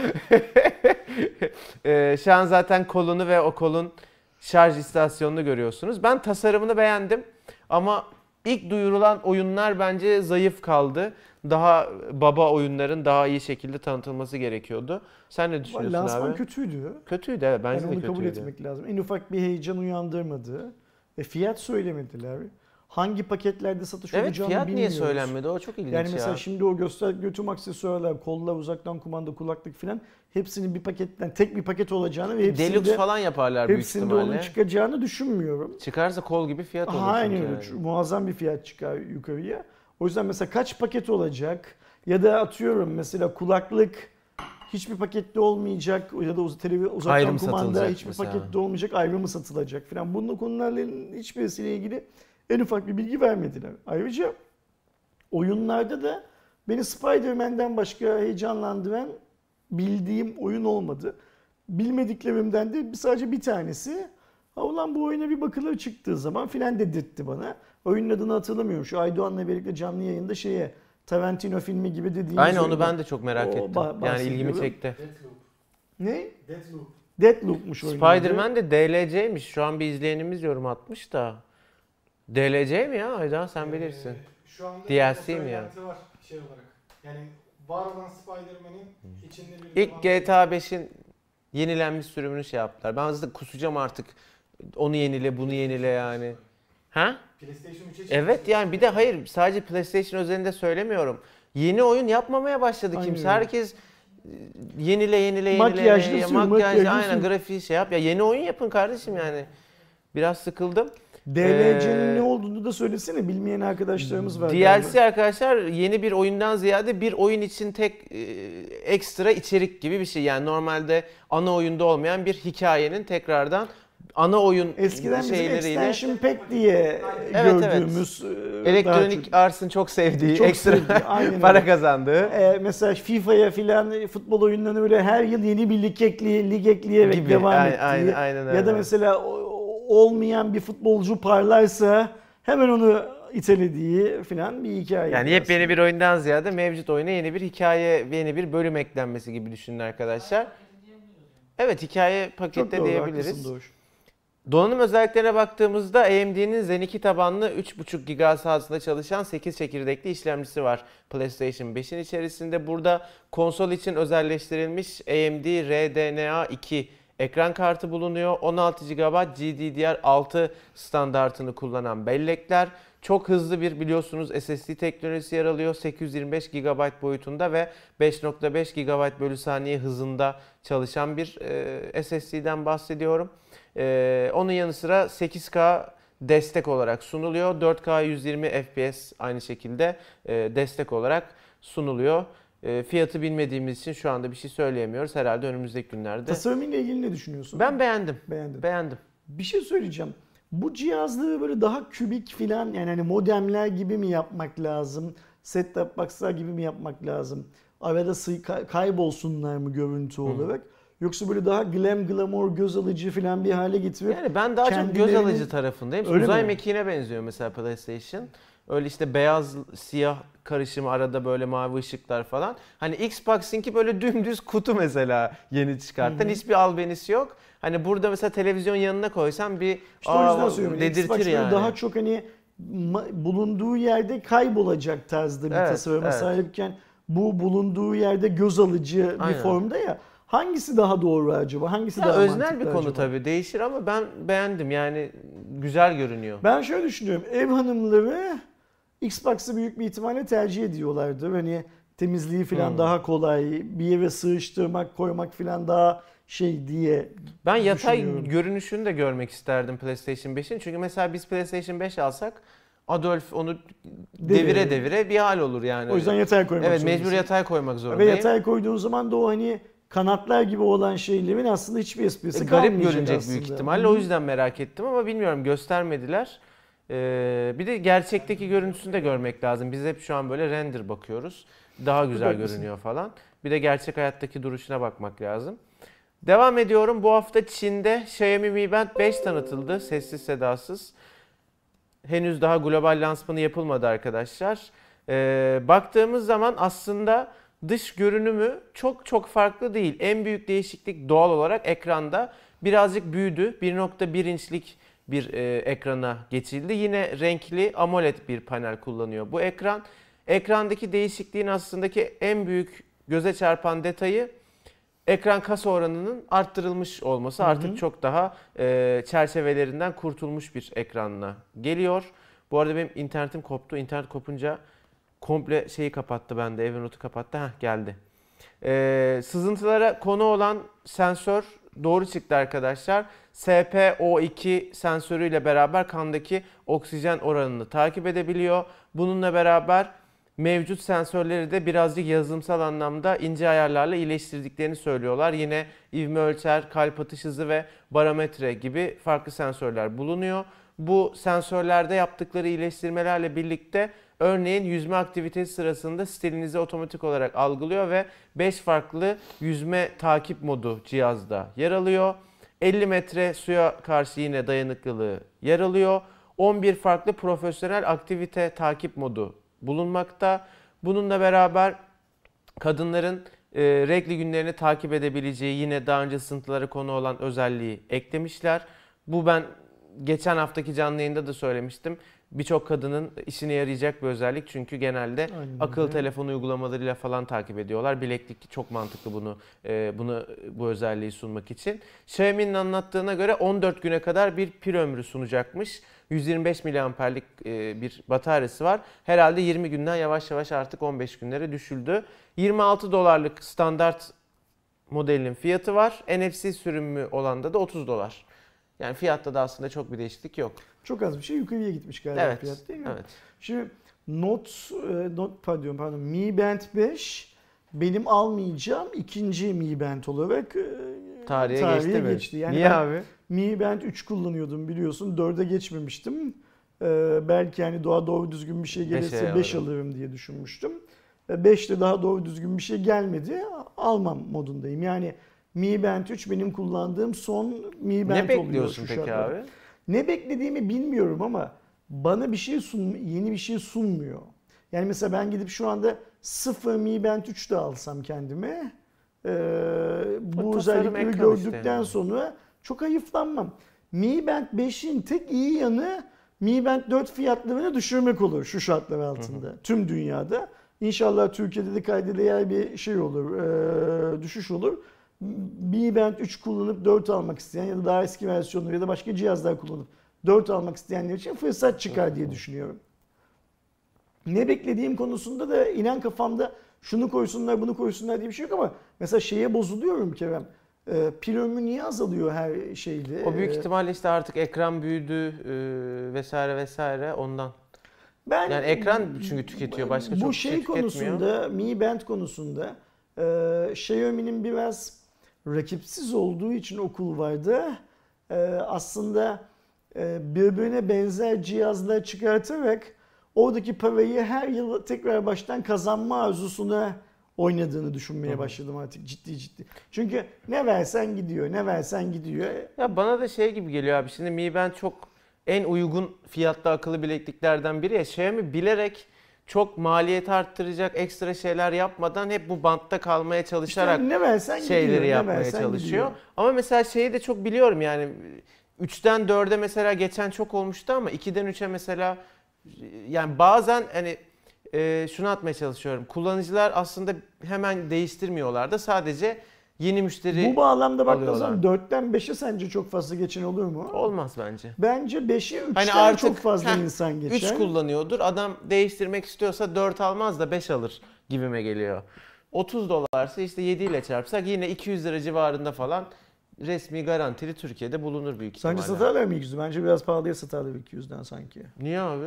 Speaker 1: Şu an zaten kolunu ve o kolun şarj istasyonunu görüyorsunuz. Ben tasarımını beğendim ama ilk duyurulan oyunlar bence zayıf kaldı. Daha baba oyunların daha iyi şekilde tanıtılması gerekiyordu. Sen ne düşünüyorsun abi?
Speaker 2: Lansman kötüydü.
Speaker 1: Kötüydü evet bence
Speaker 2: Yani
Speaker 1: de
Speaker 2: onu
Speaker 1: kötüydü.
Speaker 2: kabul etmek lazım. En ufak bir heyecan uyandırmadı. Fiyat söylemediler. Hangi paketlerde satış
Speaker 1: Evet
Speaker 2: olacağını
Speaker 1: fiyat
Speaker 2: bilmiyoruz.
Speaker 1: niye söylenmedi o çok ilginç
Speaker 2: Yani mesela
Speaker 1: ya.
Speaker 2: şimdi o götüm aksesuarlar, kollar, uzaktan kumanda, kulaklık filan hepsinin bir paketten tek bir paket olacağını ve hepsinde,
Speaker 1: Deluxe falan yaparlar büyük
Speaker 2: hepsinde
Speaker 1: ihtimalle.
Speaker 2: onun çıkacağını düşünmüyorum.
Speaker 1: Çıkarsa kol gibi fiyat olur
Speaker 2: Aynen
Speaker 1: çünkü
Speaker 2: öyle.
Speaker 1: yani.
Speaker 2: Muazzam bir fiyat çıkar yukarıya. O yüzden mesela kaç paket olacak ya da atıyorum mesela kulaklık hiçbir pakette olmayacak ya da uzaktan
Speaker 1: Ayrım
Speaker 2: kumanda
Speaker 1: satılacak
Speaker 2: hiçbir
Speaker 1: mesela.
Speaker 2: pakette olmayacak, ayrı mı satılacak falan. Bunun konularla hiçbirisiyle ilgili en ufak bir bilgi vermediler. Ayrıca oyunlarda da beni Spider-Man'den başka heyecanlandıran bildiğim oyun olmadı. Bilmediklerimden de sadece bir tanesi. Ha ulan bu oyuna bir bakılır çıktığı zaman filan dedirtti bana. Oyunun adını hatırlamıyorum. Şu Aydoğan'la birlikte canlı yayında Tarantino filmi gibi dediğimiz
Speaker 1: Aynen onu
Speaker 2: oyundan.
Speaker 1: ben de çok merak ettim. Yani
Speaker 2: bahsediyorum.
Speaker 1: ilgimi çekti.
Speaker 3: Deathloop.
Speaker 2: Ne?
Speaker 3: Deathloop.
Speaker 2: Deathloop'muş oyunun adı.
Speaker 1: Spider-Man de DLC'ymiş. Şu an bir izleyenimiz yorum atmış da. DLC mi ya Aydan sen bilirsin.
Speaker 3: Şu anda
Speaker 1: DLC
Speaker 3: o
Speaker 1: mi ya?
Speaker 3: söylenti var şey olarak. Yani var olan Spider-Man'in içinde bir
Speaker 1: İlk GTA 5'in yenilenmiş sürümünü şey yaptılar. Ben hızlı kusacağım artık. Onu yenile, bunu yenile yani. Ha?
Speaker 3: PlayStation 3'e
Speaker 1: Evet yani bir de hayır sadece PlayStation özelinde söylemiyorum. Yeni oyun yapmamaya başladı
Speaker 2: Aynen
Speaker 1: kimse.
Speaker 2: öyle.
Speaker 1: Herkes yenile.
Speaker 2: Makyajlı sür, makyajlı
Speaker 1: aynen
Speaker 2: sür.
Speaker 1: grafiği şey yap. Ya yeni oyun yapın kardeşim yani. Biraz sıkıldım.
Speaker 2: DLC'nin ne olduğunu da söylesene. Bilmeyen arkadaşlarımız var.
Speaker 1: DLC arkadaşlar yeni bir oyundan ziyade bir oyun için tek ekstra içerik gibi bir şey. Yani normalde ana oyunda olmayan bir hikayenin tekrardan ana oyun
Speaker 2: Eskiden bizim
Speaker 1: şeyleriyle
Speaker 2: Extension Pack diye
Speaker 1: Evet,
Speaker 2: gördüğümüz
Speaker 1: Elektronik Arts'ın çok sevdiği,
Speaker 2: Çok
Speaker 1: ekstra
Speaker 2: sevdiği, aynen
Speaker 1: para
Speaker 2: öyle.
Speaker 1: kazandığı
Speaker 2: Mesela FIFA'ya filan futbol oyunlarına böyle her yıl yeni bir lig ekleyerek
Speaker 1: gibi.
Speaker 2: devam ettiği.
Speaker 1: Aynen öyle.
Speaker 2: Ya da mesela olmayan bir futbolcu parlarsa hemen onu itelediği filan bir hikaye.
Speaker 1: Yani yepyeni bir oyundan ziyade mevcut oyuna yeni bir hikaye, yeni bir bölüm eklenmesi gibi düşünün arkadaşlar. Evet hikaye
Speaker 2: Çok
Speaker 1: pakette
Speaker 2: doğru,
Speaker 1: diyebiliriz.
Speaker 2: haklısın Doğuş.
Speaker 1: Donanım özelliklerine baktığımızda AMD'nin Zen 2 tabanlı 3.5 GHz hızında çalışan 8 çekirdekli işlemcisi var PlayStation 5'in içerisinde. Burada konsol için özelleştirilmiş AMD RDNA 2 ekran kartı bulunuyor. 16 GB GDDR6 standartını kullanan bellekler. Çok hızlı bir biliyorsunuz SSD teknolojisi yer alıyor. 825 GB boyutunda ve 5.5 GB bölü saniye hızında çalışan bir SSD'den bahsediyorum. Onun yanı sıra 8K destek olarak sunuluyor. 4K 120 FPS aynı şekilde destek olarak sunuluyor. Fiyatı bilmediğimiz için şu anda bir şey söyleyemiyoruz. Herhalde önümüzdeki günlerde.
Speaker 2: Tasarımıyla ilgili ne düşünüyorsun?
Speaker 1: Ben beğendim.
Speaker 2: Beğendim. Bir şey söyleyeceğim. Bu cihazları böyle daha kübik filan yani hani modemler gibi mi yapmak lazım? Set-top box'lar gibi mi yapmak lazım? Arada kaybolsunlar mı görüntü olarak? Yoksa böyle daha glamour göz alıcı filan bir hale getirip
Speaker 1: Yani ben daha çok göz alıcı tarafındayım.
Speaker 2: Öyle
Speaker 1: Uzay
Speaker 2: mi?
Speaker 1: mekiğine benziyor mesela PlayStation. Öyle işte beyaz siyah karışımı arada böyle mavi ışıklar falan. Hani Xbox'ınki böyle dümdüz kutu mesela yeni çıkartan. Hiçbir albenisi yok. Hani burada mesela televizyon yanına koysam bir
Speaker 2: İşte o yüzden söylüyorum.
Speaker 1: dedirtir
Speaker 2: Xbox böyle
Speaker 1: yani.
Speaker 2: daha çok hani bulunduğu yerde kaybolacak tarzda bir
Speaker 1: Evet,
Speaker 2: tasarıma
Speaker 1: evet.
Speaker 2: sahipken bu bulunduğu yerde göz alıcı bir
Speaker 1: Aynen.
Speaker 2: formda ya. Hangisi daha doğru acaba? Hangisi
Speaker 1: Ya
Speaker 2: daha
Speaker 1: öznel
Speaker 2: mantıklı
Speaker 1: bir konu
Speaker 2: acaba?
Speaker 1: tabii değişir ama ben beğendim yani güzel görünüyor.
Speaker 2: Ben şöyle düşünüyorum. Ev hanımları Xbox'ı büyük bir ihtimalle tercih ediyorlardı. Hani temizliği falan daha kolay, bir yere sığıştırmak, koymak falan daha şey diye
Speaker 1: Ben yatay
Speaker 2: düşünüyorum.
Speaker 1: görünüşünü de görmek isterdim PlayStation 5'in. Çünkü mesela biz PlayStation 5 alsak Adolf onu devire bir hal olur yani.
Speaker 2: O yüzden yatay koymak
Speaker 1: Evet
Speaker 2: zorundasın.
Speaker 1: mecbur yatay koymak
Speaker 2: Ve
Speaker 1: zorundayım.
Speaker 2: yatay koyduğun zaman da o hani kanatlar gibi olan şeylerin aslında hiçbir esprisi
Speaker 1: Garip
Speaker 2: kalmayacak
Speaker 1: görünecek
Speaker 2: aslında.
Speaker 1: büyük ihtimalle. O yüzden merak ettim ama bilmiyorum göstermediler. Bir de gerçekteki görüntüsünü de görmek lazım. Biz hep şu an böyle render bakıyoruz. Daha güzel
Speaker 2: Haklısın.
Speaker 1: görünüyor falan. Bir de gerçek hayattaki duruşuna bakmak lazım. Devam ediyorum. Bu hafta Çin'de Xiaomi Mi Band 5 tanıtıldı. Sessiz sedasız. Henüz daha global lansmanı yapılmadı arkadaşlar. Baktığımız zaman aslında dış görünümü çok farklı değil. En büyük değişiklik doğal olarak ekranda birazcık büyüdü. 1.1 inçlik bir ekrana geçildi. Yine renkli AMOLED bir panel kullanıyor bu ekran. Ekrandaki değişikliğin aslındaki en büyük göze çarpan detayı ekran kasa oranının arttırılmış olması. Artık çok daha çerçevelerinden kurtulmuş bir ekranla geliyor. Bu arada benim internetim koptu. İnternet kopunca komple şeyi kapattı bende. Evernote'u kapattı. Heh geldi. Sızıntılara konu olan sensör doğru çıktı arkadaşlar. SpO2 sensörüyle beraber kandaki oksijen oranını takip edebiliyor. Bununla beraber mevcut sensörleri de birazcık yazılımsal anlamda ince ayarlarla iyileştirdiklerini söylüyorlar. Yine ivme ölçer, kalp atış hızı ve barometre gibi farklı sensörler bulunuyor. Bu sensörlerde yaptıkları iyileştirmelerle birlikte örneğin yüzme aktivitesi sırasında stilinizi otomatik olarak algılıyor ve 5 farklı yüzme takip modu cihazda yer alıyor. 50 metre suya karşı yine dayanıklılığı yer alıyor. 11 farklı profesyonel aktivite takip modu bulunmakta. Bununla beraber kadınların regl günlerini takip edebileceği yine daha önce sızıntılara konu olan özelliği eklemişler. Bu ben geçen haftaki canlı yayında da söylemiştim. Birçok kadının işine yarayacak bir özellik çünkü genelde akıllı telefon uygulamalarıyla falan takip ediyorlar. Bileklik çok mantıklı bu özelliği sunmak için. Xiaomi'nin anlattığına göre 14 güne kadar bir pil ömrü sunacakmış. 125 miliamperlik bir bataryası var. Herhalde 20 günden yavaş yavaş artık 15 günlere düşüldü. 26 dolarlık standart modelinin fiyatı var. NFC sürümü olanda da 30 dolar. Yani fiyatta da aslında çok bir değişiklik yok.
Speaker 2: Çok az bir şey yukarıya gitmiş galiba fiyat değil mi?
Speaker 1: Evet.
Speaker 2: Şimdi Mi Band 5 benim almayacağım ikinci Mi Band olarak
Speaker 1: tarihe
Speaker 2: geçti. Yani
Speaker 1: niye abi?
Speaker 2: Mi Band 3 kullanıyordum biliyorsun. 4'e geçmemiştim. Belki yani daha doğru düzgün bir şey gelirse 5 alırım diye düşünmüştüm. 5'te daha doğru düzgün bir şey gelmedi. Almam modundayım. Yani Mi Band 3 benim kullandığım son Mi Band oluyor.
Speaker 1: Ne bekliyorsun peki abi?
Speaker 2: Ne beklediğimi bilmiyorum ama bana bir şey yeni bir şey sunmuyor. Yani mesela ben gidip şu anda 0 Mi Band 3 de alsam kendime bu özellikleri gördükten sonra çok hayıflanmam. Mi Band 5'in tek iyi yanı Mi Band 4 fiyatlarını düşürmek olur şu şartlar altında. Tüm dünyada. İnşallah Türkiye'de de kayda değer bir şey olur, düşüş olur. Mi Band 3 kullanıp 4 almak isteyen ya da daha eski versiyonları ya da başka cihazlar kullanıp 4 almak isteyenler için fırsat çıkar diye düşünüyorum. Ne beklediğim konusunda da inan kafamda şunu koysunlar bunu koysunlar diye bir şey yok ama mesela şeye bozuluyorum Kerem. Pil ömrü niye azalıyor her şeyde?
Speaker 1: O büyük ihtimalle işte artık ekran büyüdü vesaire vesaire ondan. Yani ekran çünkü tüketiyor başka çok bir şey tüketmiyor. Bu şey
Speaker 2: konusunda Mi Band konusunda Xiaomi'nin biraz rakipsiz olduğu için o kulvarda aslında birbirine benzer cihazlar çıkartarak oradaki parayı her yıl tekrar baştan kazanma arzusuna oynadığını düşünmeye başladım artık ciddi. Çünkü ne versen gidiyor, ne versen gidiyor.
Speaker 1: Ya bana da şey gibi geliyor abi. Şimdi Mi Band çok en uygun fiyatlı akıllı bilekliklerden biri ya. Xiaomi bilerek çok maliyet arttıracak ekstra şeyler yapmadan hep bu bantta kalmaya çalışarak
Speaker 2: işte ne versen
Speaker 1: şeyleri
Speaker 2: gidiyor,
Speaker 1: yapmaya çalışıyor. Ama mesela şeyi de çok biliyorum yani 3'ten 4'e mesela geçen çok olmuştu ama 2'den 3'e mesela yani bazen hani şunu atmaya çalışıyorum. Kullanıcılar aslında hemen değiştirmiyorlar da sadece yeni müşteri
Speaker 2: bu bağlamda baktığın
Speaker 1: zaman
Speaker 2: 4'ten 5'e sence çok fazla geçen olur mu?
Speaker 1: Olmaz bence.
Speaker 2: Bence 5'e 3'ten
Speaker 1: hani artık,
Speaker 2: çok fazla insan geçer.
Speaker 1: 3 kullanıyordur. Adam değiştirmek istiyorsa 4 almaz da 5 alır gibime geliyor. 30 dolarsa işte 7 ile çarpsak yine 200 lira civarında falan resmi garantili Türkiye'de bulunur büyük ihtimalle.
Speaker 2: Sence satarlar mı 200'ü? Bence biraz pahalıya satarlar 200'den sanki.
Speaker 1: Niye abi?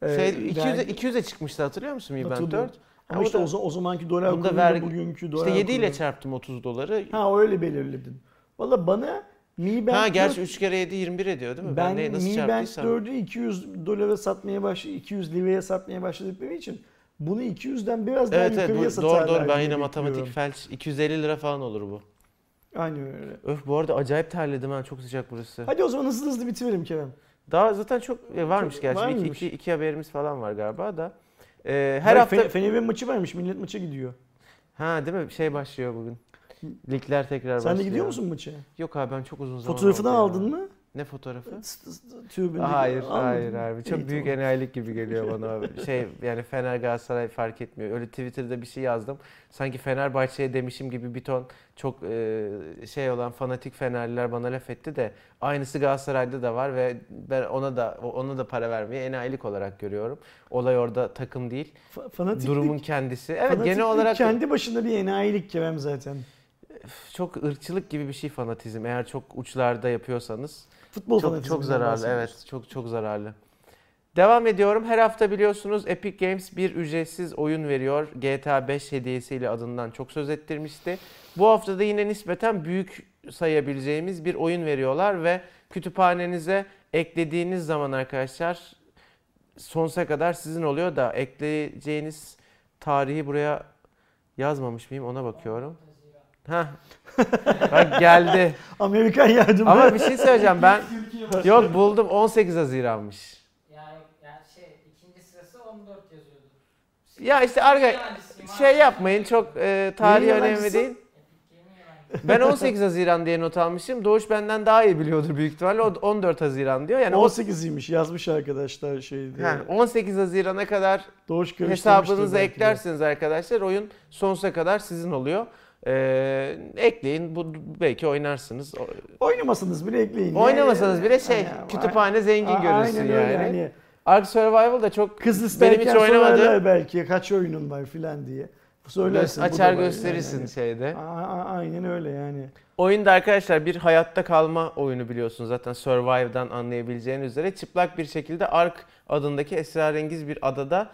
Speaker 1: 200'e çıkmıştı hatırlıyor musun Mi Band 4?
Speaker 2: Ama işte o zamanki dolar kuruyla bugünkü dolar
Speaker 1: İşte 7 ile çarptım 30 doları.
Speaker 2: Ha öyle belirledin. Valla bana Mi Band 4...
Speaker 1: gerçi 3 kere 7 21 ediyor değil mi?
Speaker 2: Ben
Speaker 1: nasıl
Speaker 2: Mi Band
Speaker 1: çarptıysam.
Speaker 2: 4'ü 200 dolara satmaya 200 liraya satmaya başladıkları için bunu 200'den biraz daha yukarıya satarlar.
Speaker 1: Doğru ben yine matematik felç 250 lira falan olur bu.
Speaker 2: Aynen öyle.
Speaker 1: Öf bu arada acayip terledim ha çok sıcak burası.
Speaker 2: Hadi o zaman hızlı bitirelim Kerem.
Speaker 1: Daha zaten çok varmış
Speaker 2: çok,
Speaker 1: gerçi.
Speaker 2: Var
Speaker 1: iki haberimiz falan var galiba da. Her hafta
Speaker 2: Fener'in maçı varmış. Millet maça gidiyor.
Speaker 1: Ha değil mi? Şey başlıyor bugün. Ligler tekrar başlıyor.
Speaker 2: Sen de gidiyor musun maça?
Speaker 1: Yok abi ben çok uzun zaman
Speaker 2: Fotoğrafını aldın mı?
Speaker 1: Ne fotoğrafı?
Speaker 2: Hayır
Speaker 1: abi. Çok büyük enayilik gibi geliyor bana abi. Yani Fener Galatasaray fark etmiyor. Öyle Twitter'da bir şey yazdım. Sanki Fenerbahçe'ye demişim gibi bir ton çok olan fanatik Fenerliler bana laf etti de aynısı Galatasaray'da da var ve ben ona da para vermeye enayilik olarak görüyorum. Olay orada takım değil. Durumun kendisi. Evet genel olarak
Speaker 2: kendi başında bir enayilik Kerem zaten.
Speaker 1: Çok ırkçılık gibi bir şey fanatizm. Eğer çok uçlarda yapıyorsanız
Speaker 2: futbol fanatizmi
Speaker 1: çok zararlı. Evet, çok zararlı. Devam ediyorum. Her hafta biliyorsunuz Epic Games bir ücretsiz oyun veriyor. GTA 5 hediyesiyle adından çok söz ettirmişti. Bu hafta da yine nispeten büyük sayabileceğimiz bir oyun veriyorlar ve kütüphanenize eklediğiniz zaman arkadaşlar sonsuza kadar sizin oluyor da ekleyeceğiniz tarihi buraya yazmamış mıyım ona bakıyorum. Heh. Bak geldi.
Speaker 2: Amerikan yardımı.
Speaker 1: Ama bir şey söyleyeceğim ben. Yok buldum 18 Haziran'mış.
Speaker 4: Yani ikinci sırası 14 yazıyordu.
Speaker 1: Ya işte şey yapmayın çok tarihi önemli değil. Ben 18 Haziran diye not almışım. Doğuş benden daha iyi biliyordur büyük ihtimalle. O 14 Haziran diyor. Yani
Speaker 2: 18'iymiş yazmış arkadaşlar şeydi.
Speaker 1: 18 Haziran'a kadar
Speaker 2: Doğuş
Speaker 1: hesabınıza eklersiniz arkadaşlar. Oyun sonsuza kadar sizin oluyor. Ekleyin. Bu belki oynarsınız.
Speaker 2: Oynamasanız bile ekleyin.
Speaker 1: Oynamasanız bile kütüphane zengin görürsün yani. Ark Survival da çok benim hiç oynamadım.
Speaker 2: Belki kaç oyunun var filan diye. Söylersin.
Speaker 1: Açar gösterirsin şeyde.
Speaker 2: Aynen öyle yani.
Speaker 1: Oyunda arkadaşlar bir hayatta kalma oyunu biliyorsunuz zaten Survive'dan anlayabileceğiniz üzere çıplak bir şekilde Ark adındaki esrarengiz bir adada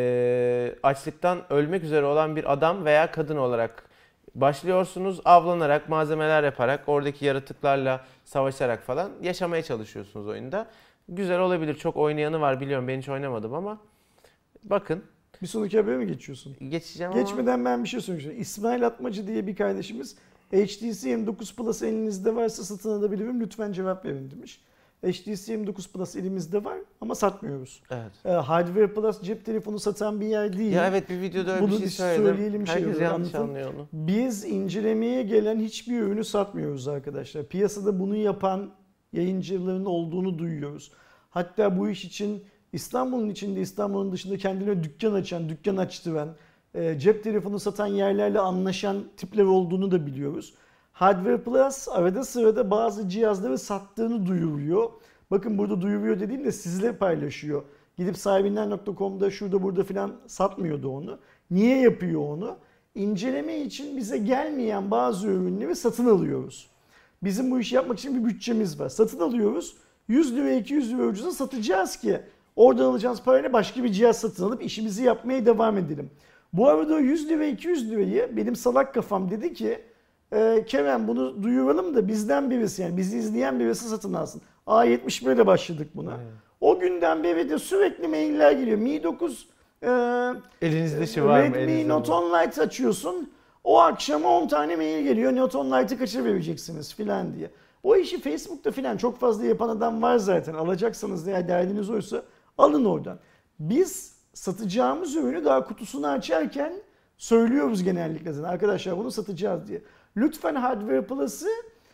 Speaker 1: açlıktan ölmek üzere olan bir adam veya kadın olarak başlıyorsunuz. Avlanarak, malzemeler yaparak, oradaki yaratıklarla savaşarak falan yaşamaya çalışıyorsunuz oyunda. Güzel olabilir. Çok oynayanı var biliyorum. Ben hiç oynamadım ama bakın.
Speaker 2: Bir sonraki habere mi geçiyorsun?
Speaker 1: Geçeceğim ama.
Speaker 2: Geçmeden ben bir şey söyleyeceğim. İsmail Atmacı diye bir kardeşimiz HTC M9 Plus elinizde varsa satın alabilirim lütfen cevap verin demiş. HTC M9 Plus elimizde var ama satmıyoruz.
Speaker 1: Evet.
Speaker 2: Hardware Plus cep telefonu satan bir yer değil.
Speaker 1: Ya evet bir videoda öyle
Speaker 2: bunu
Speaker 1: bir şey söyledim.
Speaker 2: söyleyelim
Speaker 1: Herkes yanlış
Speaker 2: anlatalım.
Speaker 1: anlıyor onu.
Speaker 2: Biz incelemeye gelen hiçbir ürünü satmıyoruz arkadaşlar. Piyasada bunu yapan yayıncıların olduğunu duyuyoruz. Hatta bu iş için İstanbul'un içinde, İstanbul'un dışında kendine dükkan açan, dükkan açtıran, cep telefonu satan yerlerle anlaşan tipler olduğunu da biliyoruz. Hardware Plus arada sırada bazı cihazları sattığını duyuruyor. Bakın burada duyuruyor dediğimde sizle paylaşıyor. Gidip sahibinden.com'da şurada burada filan satmıyordu onu. Niye yapıyor onu? İnceleme için bize gelmeyen bazı ürünleri satın alıyoruz. Bizim bu işi yapmak için bir bütçemiz var. Satın alıyoruz. 100 lira 200 lira ucuza satacağız ki oradan alacağımız parayla başka bir cihaz satın alıp işimizi yapmaya devam edelim. Bu arada 100 lira 200 lirayı benim salak kafam dedi ki Kerem bunu duyuralım da bizden birisi yani bizi izleyen birisi satın alsın. A71 ile başladık buna. Aynen. O günden beri de sürekli mailler geliyor. Mi 9
Speaker 1: elinizde şu var mı?
Speaker 2: Redmi Note 10 Lite açıyorsun. O akşam 10 tane mail geliyor. Note 10 Lite'ı kaça vereceksiniz filan diye. O işi Facebook'ta filan çok fazla yapan adam var zaten. Alacaksanız eğer derdiniz oysa alın oradan. Biz satacağımız ürünü daha kutusunu açarken söylüyoruz genellikle zaten. Arkadaşlar bunu satacağız diye. Lütfen Hardware Plus'ı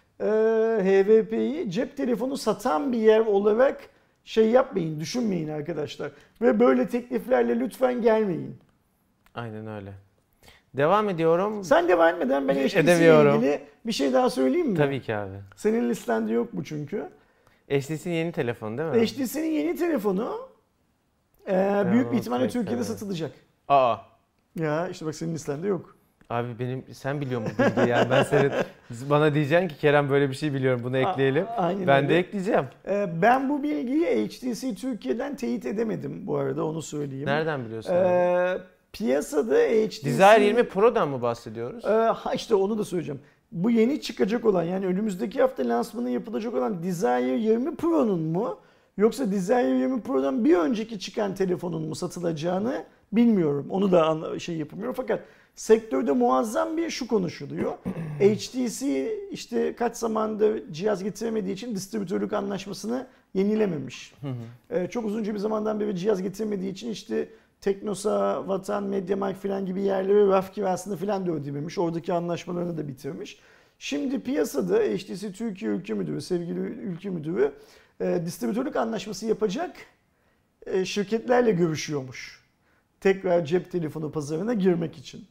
Speaker 2: HVP'yi cep telefonu satan bir yer olarak yapmayın, düşünmeyin arkadaşlar. Ve böyle tekliflerle lütfen gelmeyin.
Speaker 1: Aynen öyle. Devam ediyorum.
Speaker 2: Sen devam etmeden ben HTC ile ilgili bir şey daha söyleyeyim mi?
Speaker 1: Tabii ki abi.
Speaker 2: Senin listende yok bu çünkü.
Speaker 1: HTC'nin yeni telefonu değil mi?
Speaker 2: HTC'nin yeni telefonu büyük bir ihtimalle Türkiye'de satılacak.
Speaker 1: Aa.
Speaker 2: Ya işte bak senin listende yok.
Speaker 1: Abi sen biliyor musun bilgiyi yani ben bana diyeceksin ki Kerem böyle bir şey biliyorum bunu ekleyelim.
Speaker 2: Aynen
Speaker 1: ben
Speaker 2: öyle.
Speaker 1: de ekleyeceğim.
Speaker 2: Ben bu bilgiyi HTC Türkiye'den teyit edemedim bu arada onu söyleyeyim.
Speaker 1: Nereden biliyorsun?
Speaker 2: Piyasada HTC...
Speaker 1: Desire 20 Pro'dan mı bahsediyoruz?
Speaker 2: İşte onu da söyleyeceğim. Bu yeni çıkacak olan yani önümüzdeki hafta lansmanı yapılacak olan Desire 20 Pro'nun mu yoksa Desire 20 Pro'dan bir önceki çıkan telefonun mu satılacağını bilmiyorum. Onu da yapamıyorum fakat sektörde muazzam bir şu konuşuluyor. HTC işte kaç zamandır cihaz getiremediği için distribütörlük anlaşmasını yenilememiş. Çok uzunca bir zamandan beri cihaz getiremediği için işte Teknosa, Vatan, Mediamarkt falan gibi yerlere raf kirasını falan da ödememiş. Oradaki anlaşmalarını da bitirmiş. Şimdi piyasada HTC Türkiye Ülke Müdürü, sevgili Ülke Müdürü distribütörlük anlaşması yapacak şirketlerle görüşüyormuş. Tekrar cep telefonu pazarına girmek için.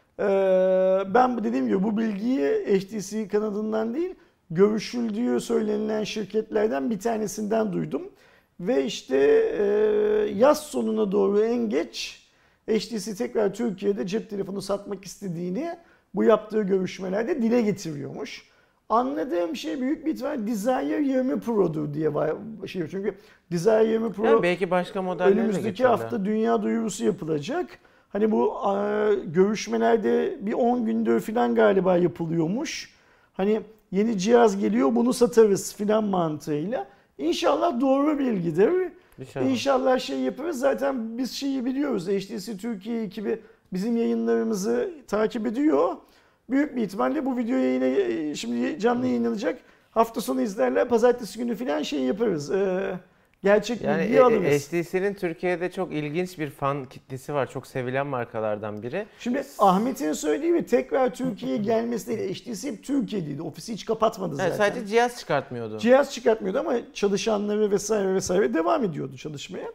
Speaker 2: Ben dediğim gibi bu bilgiyi HTC kanadından değil, görüşüldüğü söylenilen şirketlerden bir tanesinden duydum. Ve işte yaz sonuna doğru en geç HTC tekrar Türkiye'de cep telefonu satmak istediğini bu yaptığı görüşmelerde dile getiriyormuş. Anladığım şey büyük bir ihtimal Desire 20 Pro'dur diye şey, çünkü Desire 20 Pro
Speaker 1: Yani belki başka modellerle
Speaker 2: önümüzdeki
Speaker 1: getirirler.
Speaker 2: hafta dünya duyurusu yapılacak. Hani bu görüşmelerde bir 10 gündür falan galiba yapılıyormuş. Hani yeni cihaz geliyor, bunu satarız filan mantığıyla. İnşallah doğru bilgidir. İnşallah şey yaparız. Zaten biz şeyi biliyoruz. HTC Türkiye ekibi bizim yayınlarımızı takip ediyor. Büyük bir ihtimalle bu video yayına şimdi canlı yayınlanacak. Hafta sonu izlerler. Pazartesi günü falan şey yaparız. Gerçek bilgiyi alırız.
Speaker 1: HTC'nin Türkiye'de çok ilginç bir fan kitlesi var. Çok sevilen markalardan biri.
Speaker 2: Şimdi Ahmet'in söylediği gibi tekrar Türkiye'ye gelmesi değil. HTC hep Türkiye'deydi. Ofisi hiç kapatmadı zaten.
Speaker 1: Evet, sadece cihaz çıkartmıyordu.
Speaker 2: Cihaz çıkartmıyordu ama çalışanları vesaire devam ediyordu çalışmaya.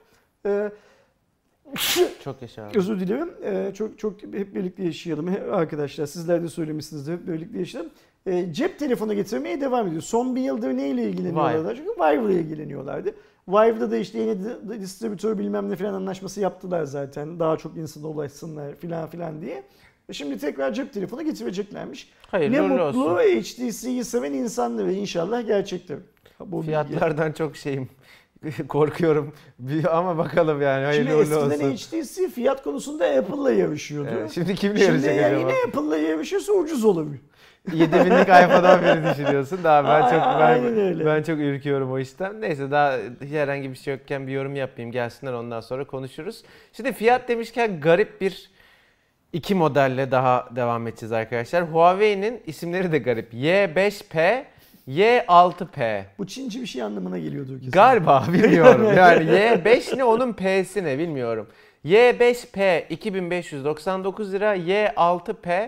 Speaker 1: Çok yaşa abi.
Speaker 2: Özür dilerim. Çok hep birlikte yaşayalım arkadaşlar. Sizler de söylemişsinizdir, hep birlikte yaşayalım. Cep telefonu getirmeye devam ediyor. Son bir yıldır neyle ilgileniyorlardı? Çünkü Vive'la ilgileniyorlardı. Vive'da da işte yeni distribütör bilmem ne falan anlaşması yaptılar zaten. Daha çok insana ulaşsınlar filan diye. Şimdi tekrar cep telefonu getireceklermiş.
Speaker 1: Hayırlı
Speaker 2: Ne
Speaker 1: uğurlu
Speaker 2: mutlu
Speaker 1: olsun.
Speaker 2: HTC'yi seven insanlara, inşallah gerçektir. Bu
Speaker 1: Fiyatlardan çok şeyim. Korkuyorum. Ama bakalım yani.
Speaker 2: Şimdi
Speaker 1: Hayırlı uğurlu
Speaker 2: eskiden
Speaker 1: olsun.
Speaker 2: HTC fiyat konusunda Apple'la yarışıyordu.
Speaker 1: Evet, şimdi kimle
Speaker 2: Şimdi
Speaker 1: yarışacak
Speaker 2: eğer
Speaker 1: acaba?
Speaker 2: yine Apple'la yarışırsa ucuz olur.
Speaker 1: 7000'lik iPhone'dan biri düşünüyorsun. Daha
Speaker 2: Aynen öyle.
Speaker 1: ben çok ürküyorum o işten. Neyse, daha herhangi bir şey yokken bir yorum yapayım. Gelsinler, ondan sonra konuşuruz. Şimdi fiyat demişken garip iki modelle daha devam edeceğiz arkadaşlar. Huawei'nin isimleri de garip. Y5P, Y6P.
Speaker 2: Bu Çinci bir şey anlamına geliyordur kesin.
Speaker 1: Galiba, bilmiyorum. Yani Y5 ne, onun P'si ne bilmiyorum. Y5P 2599 lira, Y6P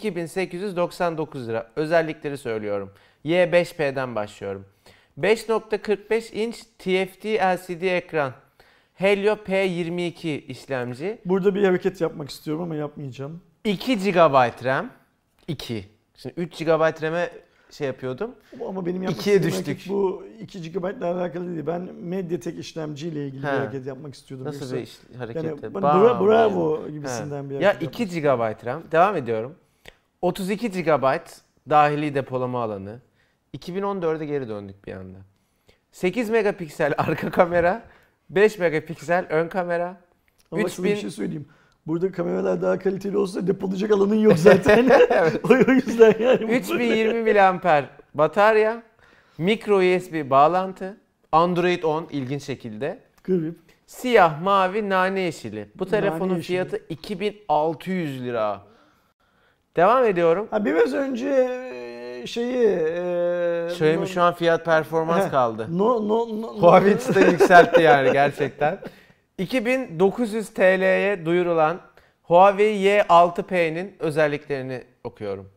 Speaker 1: 2899 lira. Özellikleri söylüyorum. Y5P'den başlıyorum. 5.45 inç TFT LCD ekran. Helio P22 işlemci.
Speaker 2: Burada bir hareket yapmak istiyorum ama yapmayacağım.
Speaker 1: 2 GB RAM. 2. Şimdi 3 GB RAM'e şey yapıyordum.
Speaker 2: Ama benim yapmak
Speaker 1: 2'ye
Speaker 2: istediğim
Speaker 1: düştük.
Speaker 2: hareket bu 2 GB ile alakalı değil. Ben Mediatek işlemciyle ilgili bir hareket yapmak istiyordum.
Speaker 1: Nasıl bir hareket?
Speaker 2: Yani bana bravo gibisinden bir
Speaker 1: Ya
Speaker 2: hareket.
Speaker 1: 2 GB RAM. Devam ediyorum. 32 GB dahili depolama alanı. 2014'e geri döndük bir anda. 8 megapiksel arka kamera. 5 megapiksel ön kamera.
Speaker 2: Ama bak sana
Speaker 1: 3000
Speaker 2: bir şey söyleyeyim. Burada kameralar daha kaliteli olsa depolayacak alanın yok zaten. O yüzden yani.
Speaker 1: 3020 mAh batarya. Micro USB bağlantı. Android 10 ilginç şekilde.
Speaker 2: Garip.
Speaker 1: Siyah, mavi, nane yeşili. Bu telefonun
Speaker 2: yeşili.
Speaker 1: fiyatı 2600 lira. Devam ediyorum.
Speaker 2: Ha biraz önce şeyi...
Speaker 1: Xiaomi şu an fiyat performans kaldı.
Speaker 2: No.
Speaker 1: Huawei çıta yükseltti yani gerçekten. 2900 TL'ye duyurulan Huawei Y6P'nin özelliklerini okuyorum.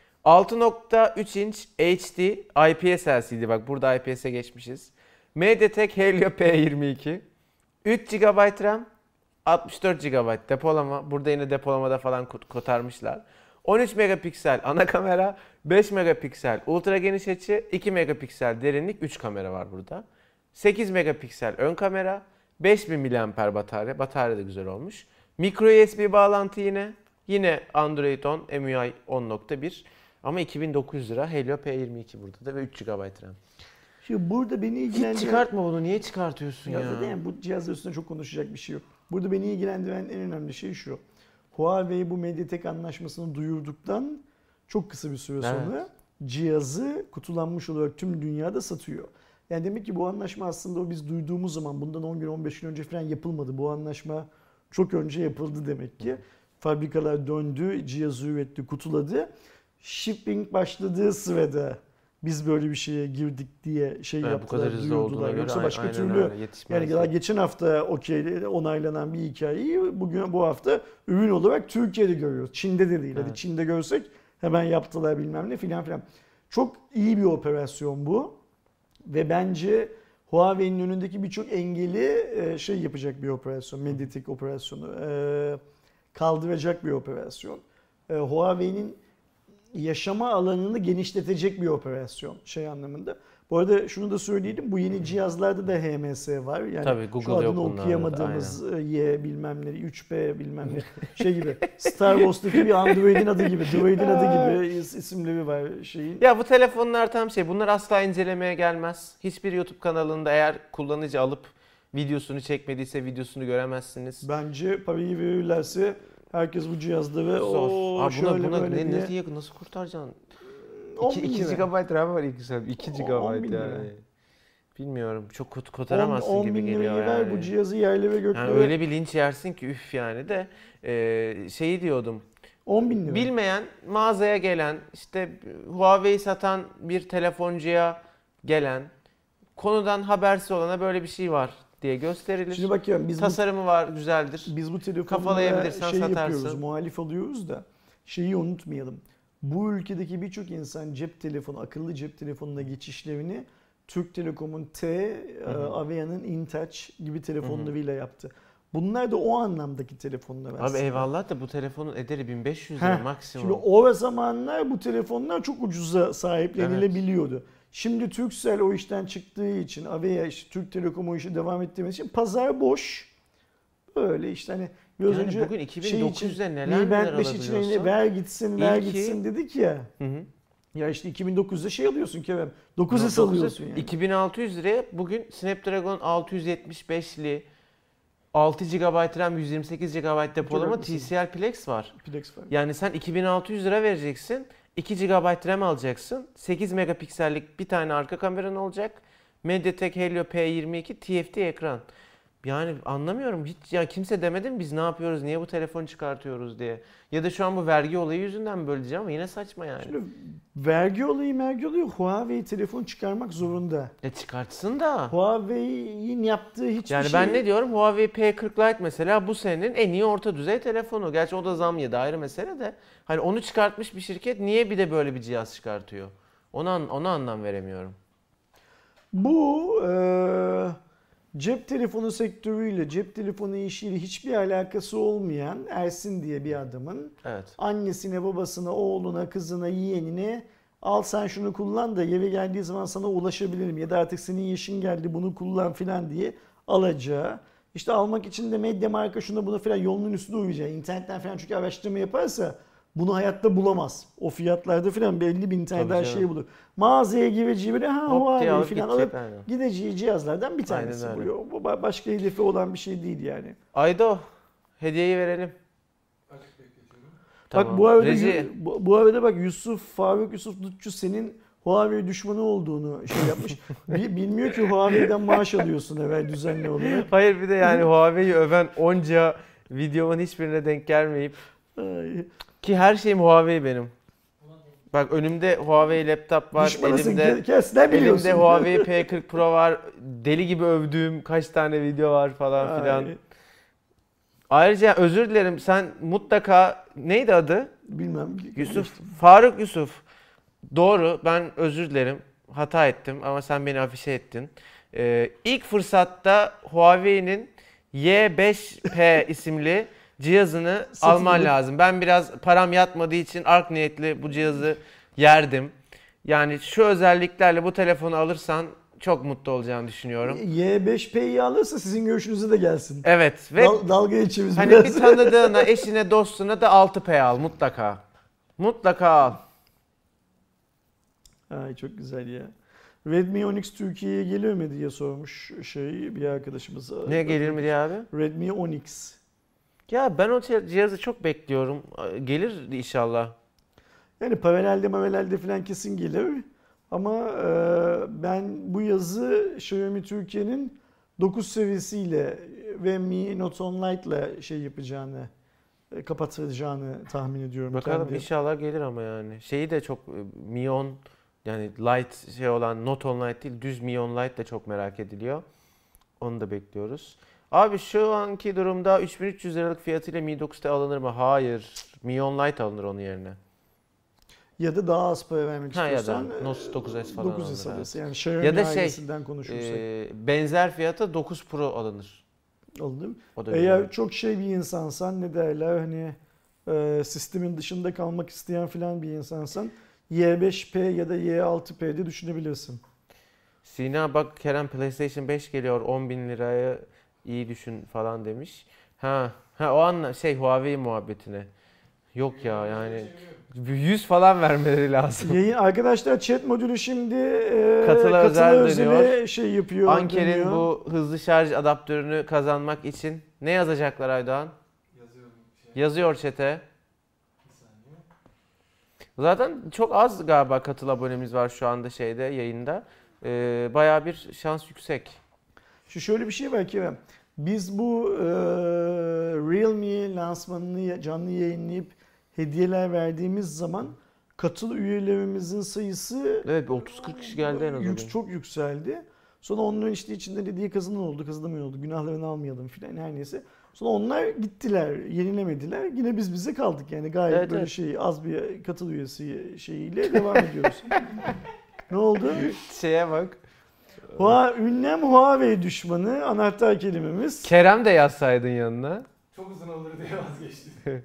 Speaker 1: 6.3 inç HD IPS LCD, bak burada IPS'e geçmişiz. MediaTek Helio P22. 3 GB RAM, 64 GB depolama. Burada yine depolamada falan kotarmışlar. 13 megapiksel ana kamera, 5 megapiksel ultra geniş açı, 2 megapiksel derinlik, 3 kamera var burada. 8 megapiksel ön kamera, 5000 mAh batarya. Batarya da güzel olmuş. Micro USB bağlantı yine. Yine Android 10, MUI 10.1. Ama 2900 lira. Helio P22 burada da ve 3 GB RAM.
Speaker 2: Şimdi burada beni ilgilendiren...
Speaker 1: Hiç çıkartma bunu. Niye çıkartıyorsun ya?
Speaker 2: Zaten yani bu cihazlar üstünde çok konuşacak bir şey yok. Burada beni ilgilendiren en önemli şey şu. Huawei bu Mediatek anlaşmasını duyurduktan çok kısa bir süre sonra cihazı kutulanmış olarak tüm dünyada satıyor. Yani demek ki bu anlaşma aslında o biz duyduğumuz zaman bundan 10 gün 15 gün önce falan yapılmadı. Bu anlaşma çok önce yapıldı demek ki. Fabrikalar döndü, cihazı üretti, kutuladı. Shipping başladığı sırada biz böyle bir şeye girdik diye şey yaptılar,
Speaker 1: bu kadar hızlı olduğuna
Speaker 2: duyurdular.
Speaker 1: göre
Speaker 2: Yoksa başka
Speaker 1: aynen
Speaker 2: türlü
Speaker 1: öyle, yetişmez.
Speaker 2: yani daha geçen hafta onaylanan bir hikayeyi bu hafta ürün olarak Türkiye'de görüyoruz. Çin'de de değil. Hadi Çin'de görsek hemen yaptılar bilmem ne filan. Çok iyi bir operasyon bu. Ve bence Huawei'nin önündeki birçok engeli şey yapacak bir operasyon. Mediatek operasyonu. Kaldıracak bir operasyon. Huawei'nin yaşama alanını genişletecek bir operasyon şey anlamında. Bu arada şunu da söyleyelim. Bu yeni cihazlarda da HMS var. Yani
Speaker 1: Tabii, Google
Speaker 2: şu adını
Speaker 1: yok bunlarda da,
Speaker 2: okuyamadığımız Y bilmem ne, 3P bilmem ne şey gibi. Star Wars'taki bir androidin adı gibi. Droid'in adı gibi isimleri var şeyin.
Speaker 1: Ya bu telefonlar tam şey. Bunlar asla incelemeye gelmez. Hiçbir YouTube kanalında eğer kullanıcı alıp videosunu çekmediyse videosunu göremezsiniz.
Speaker 2: Bence parayı verirlerse herkes bu cihazda ve
Speaker 1: Zor. Abi
Speaker 2: şöyle
Speaker 1: buna
Speaker 2: böyle diye.
Speaker 1: nasıl kurtaracaksın?
Speaker 2: 10.000
Speaker 1: 2
Speaker 2: lira.
Speaker 1: GB RAM var ilk güzel. 2 GB
Speaker 2: 10.000 lira.
Speaker 1: yani. Bilmiyorum. Çok kotaramazsın
Speaker 2: 10
Speaker 1: gibi
Speaker 2: bin
Speaker 1: geliyor
Speaker 2: lirayı ver
Speaker 1: yani.
Speaker 2: bu cihazı yerle ve göklere.
Speaker 1: Yani öyle bir linç yersin ki üf yani de şeyi diyordum.
Speaker 2: 10 bin lira.
Speaker 1: Bilmeyen mağazaya gelen işte Huawei satan bir telefoncuya gelen konudan habersiz olana böyle bir şey var diye gösterilir.
Speaker 2: Şimdi bakıyorum biz
Speaker 1: Tasarımı var güzeldir.
Speaker 2: bu telefonlara
Speaker 1: Kafalayabilirsen
Speaker 2: şey
Speaker 1: satarsın.
Speaker 2: yapıyoruz, muhalif alıyoruz da şeyi unutmayalım. Bu ülkedeki birçok insan cep telefonu, akıllı cep telefonuna geçişlerini Türk Telekom'un Avea'nın InTouch gibi telefonlarıyla yaptı. Bunlar da o anlamdaki telefonlar aslında.
Speaker 1: Abi eyvallah da bu telefonun ederi 1500 lira maksimum.
Speaker 2: Şimdi o zamanlar bu telefonlar çok ucuza sahiplenilebiliyordu. Şimdi Turkcell o işten çıktığı için, Avea işte Türk Telekom o işi devam ettirmesi için pazar boş. Böyle işte hani biraz
Speaker 1: Yani
Speaker 2: önce
Speaker 1: bugün
Speaker 2: şey
Speaker 1: 2900'e neler
Speaker 2: Mi
Speaker 1: neler
Speaker 2: Band 5 için
Speaker 1: alabiliyorsun?
Speaker 2: ver gitsin, ver
Speaker 1: İlki-
Speaker 2: gitsin dedik ya.
Speaker 1: Hı hı.
Speaker 2: Ya işte 2009'da şey alıyorsun Kerem. 9'u
Speaker 1: 9'a
Speaker 2: alıyorsun yani.
Speaker 1: 2600 liraya bugün Snapdragon 675'li 6 GB RAM 128 GB depolama
Speaker 2: haklısın.
Speaker 1: TCL Plex var.
Speaker 2: Plex var.
Speaker 1: Yani sen 2600 lira vereceksin. 2 GB RAM alacaksın. 8 megapiksellik bir tane arka kameran olacak. MediaTek Helio P22 TFT ekran. Yani anlamıyorum hiç ya kimse demedi mi biz ne yapıyoruz niye bu telefon çıkartıyoruz diye. Ya da şu an bu vergi olayı yüzünden mi böyle diyeceğim ama yine saçma yani.
Speaker 2: Şimdi vergi olayı Huawei telefon çıkarmak zorunda.
Speaker 1: Çıkartsın da.
Speaker 2: Huawei'in yaptığı hiçbir
Speaker 1: Yani
Speaker 2: şey...
Speaker 1: ben ne diyorum Huawei P40 Lite mesela bu senenin en iyi orta düzey telefonu. Gerçi o da zam yedi ayrı mesele de. Hani onu çıkartmış bir şirket niye bir de böyle bir cihaz çıkartıyor? Ona anlam veremiyorum.
Speaker 2: Bu cep telefonu sektörüyle, cep telefonu işiyle hiçbir alakası olmayan Ersin diye bir adamın
Speaker 1: Evet.
Speaker 2: annesine, babasına, oğluna, kızına, yeğenine al sen şunu kullan da eve geldiği zaman sana ulaşabilirim ya da artık senin yaşın geldi bunu kullan filan diye alacağı. İşte almak için de Mediamarkt'a şuna buna filan yolunun üstünde uyuyacağı. İnternetten filan çünkü araştırma yaparsa bunu hayatta bulamaz. O fiyatlarda filan belli bir internet
Speaker 1: Tabii
Speaker 2: her
Speaker 1: canım.
Speaker 2: şeyi bulur. Mağazaya gireceği böyle
Speaker 1: Hop diye
Speaker 2: Huawei
Speaker 1: alıp
Speaker 2: filan
Speaker 1: gidecek,
Speaker 2: alıp
Speaker 1: aynen.
Speaker 2: gideceği cihazlardan bir tanesi
Speaker 1: Aynen öyle.
Speaker 2: bu. Başka hedefi olan bir şey değil yani.
Speaker 1: Aydo hediyeyi verelim.
Speaker 3: Açık bekletiyorum.
Speaker 2: Bak bu arada
Speaker 1: Reji.
Speaker 2: bu arada bak Faruk Yusuf Dutçu senin Huawei düşmanı olduğunu şey yapmış. Bilmiyor ki Huawei'den maaş alıyorsun evvel düzenli olarak.
Speaker 1: Hayır bir de yani Huawei'yi öven onca videomun hiçbirine denk gelmeyip
Speaker 2: Ay.
Speaker 1: ki her şeyim Huawei benim.
Speaker 4: Buna değil.
Speaker 1: Bak önümde Huawei laptop var.
Speaker 2: Düşmanısın
Speaker 1: Elimde
Speaker 2: kes ne biliyorsun?
Speaker 1: Elimde Huawei P40 Pro var. Deli gibi övdüğüm kaç tane video var falan filan.
Speaker 2: Ay,
Speaker 1: Ayrıca özür dilerim sen mutlaka neydi adı?
Speaker 2: bilmem.
Speaker 1: Faruk Yusuf. Doğru ben özür dilerim. Hata ettim ama sen beni afişe ettin. İlk fırsatta Huawei'nin Y5P isimli cihazını alman
Speaker 2: Satılık.
Speaker 1: lazım. Ben biraz param yatmadığı için art niyetli bu cihazı yerdim. Yani şu özelliklerle bu telefonu alırsan çok mutlu olacağını düşünüyorum.
Speaker 2: Y5P'yi alırsa sizin görüşünüze de gelsin.
Speaker 1: Evet ve
Speaker 2: Dalga geçeriz
Speaker 1: hani
Speaker 2: biraz.
Speaker 1: bir tanıdığına, eşine, dostuna da 6P al mutlaka. Mutlaka al.
Speaker 2: Ay çok güzel ya. Redmi 10X Türkiye'ye gelir mi diye sormuş bir arkadaşımız.
Speaker 1: Ne gelir mi diye abi?
Speaker 2: Redmi 10X.
Speaker 1: Ya ben o cihazı çok bekliyorum. Gelir inşallah.
Speaker 2: Yani paralelde falan kesin gelir. Ama ben bu yazı Xiaomi Türkiye'nin 9 seviyesiyle ve Mi Note 10 Lite'la şey yapacağını, kapatacağını tahmin ediyorum.
Speaker 1: Bakalım
Speaker 2: kendi.
Speaker 1: inşallah gelir ama yani. Şeyi de çok Mi 10 yani Lite şey olan Note 10 Lite değil düz Mi 10 Lite de çok merak ediliyor. Onu da bekliyoruz. Abi şu anki durumda 3300 liralık fiyatıyla Mi 9T alınır mı? Hayır. Mi 10 Lite alınır onun yerine.
Speaker 2: Ya da daha az para vermek
Speaker 1: Ha ya da
Speaker 2: istiyorsan
Speaker 1: Note 9S falan
Speaker 2: 9S
Speaker 1: alınır.
Speaker 2: alırsın. Yani Xiaomi
Speaker 1: Ya da şey,
Speaker 2: ailesinden konuşursak.
Speaker 1: benzer fiyata 9 Pro alınır.
Speaker 2: Alınır.
Speaker 1: O da
Speaker 2: Eğer
Speaker 1: güzel.
Speaker 2: çok bir insansan ne derler hani sistemin dışında kalmak isteyen filan bir insansan Y5P ya da Y6P'de düşünebilirsin.
Speaker 1: Sina bak Kerem PlayStation 5 geliyor 10.000 liraya iyi düşün falan demiş. Ha o Huawei muhabbetine. Yok ya yani 100 falan vermeleri lazım.
Speaker 2: Yayın arkadaşlar chat modülü şimdi
Speaker 1: Katıla özel dönüyor.
Speaker 2: şey yapıyor.
Speaker 1: Anker'in
Speaker 2: dönüyor.
Speaker 1: bu hızlı şarj adaptörünü kazanmak için ne yazacaklar Aydoğan?
Speaker 3: Yazıyorum.
Speaker 1: Yazıyor chat'e.
Speaker 3: Bir saniye.
Speaker 1: Zaten çok az galiba katıl abonemiz var şu anda yayında. Bayağı bir şans yüksek.
Speaker 2: Şöyle bir şey var Kerem. Biz bu Realme lansmanını canlı yayınlayıp hediyeler verdiğimiz zaman katıl üyelerimizin sayısı
Speaker 1: Evet 30-40 kişi geldi en azından.
Speaker 2: çok yükseldi. Sonra onların işte içinde hediye kazanan oldu, kazanamayan oldu. Günahlarını almayalım filan her neyse. Sonra onlar gittiler, yenilemediler. Yine biz bize kaldık yani gayet
Speaker 1: Evet,
Speaker 2: böyle
Speaker 1: evet.
Speaker 2: az bir katıl üyesi şeyiyle devam ediyoruz. Ne oldu?
Speaker 1: Şeye bak.
Speaker 2: Ünlem Huawei düşmanı anahtar kelimemiz.
Speaker 1: Kerem de yazsaydın yanına.
Speaker 3: Çok uzun olur diye vazgeçtim.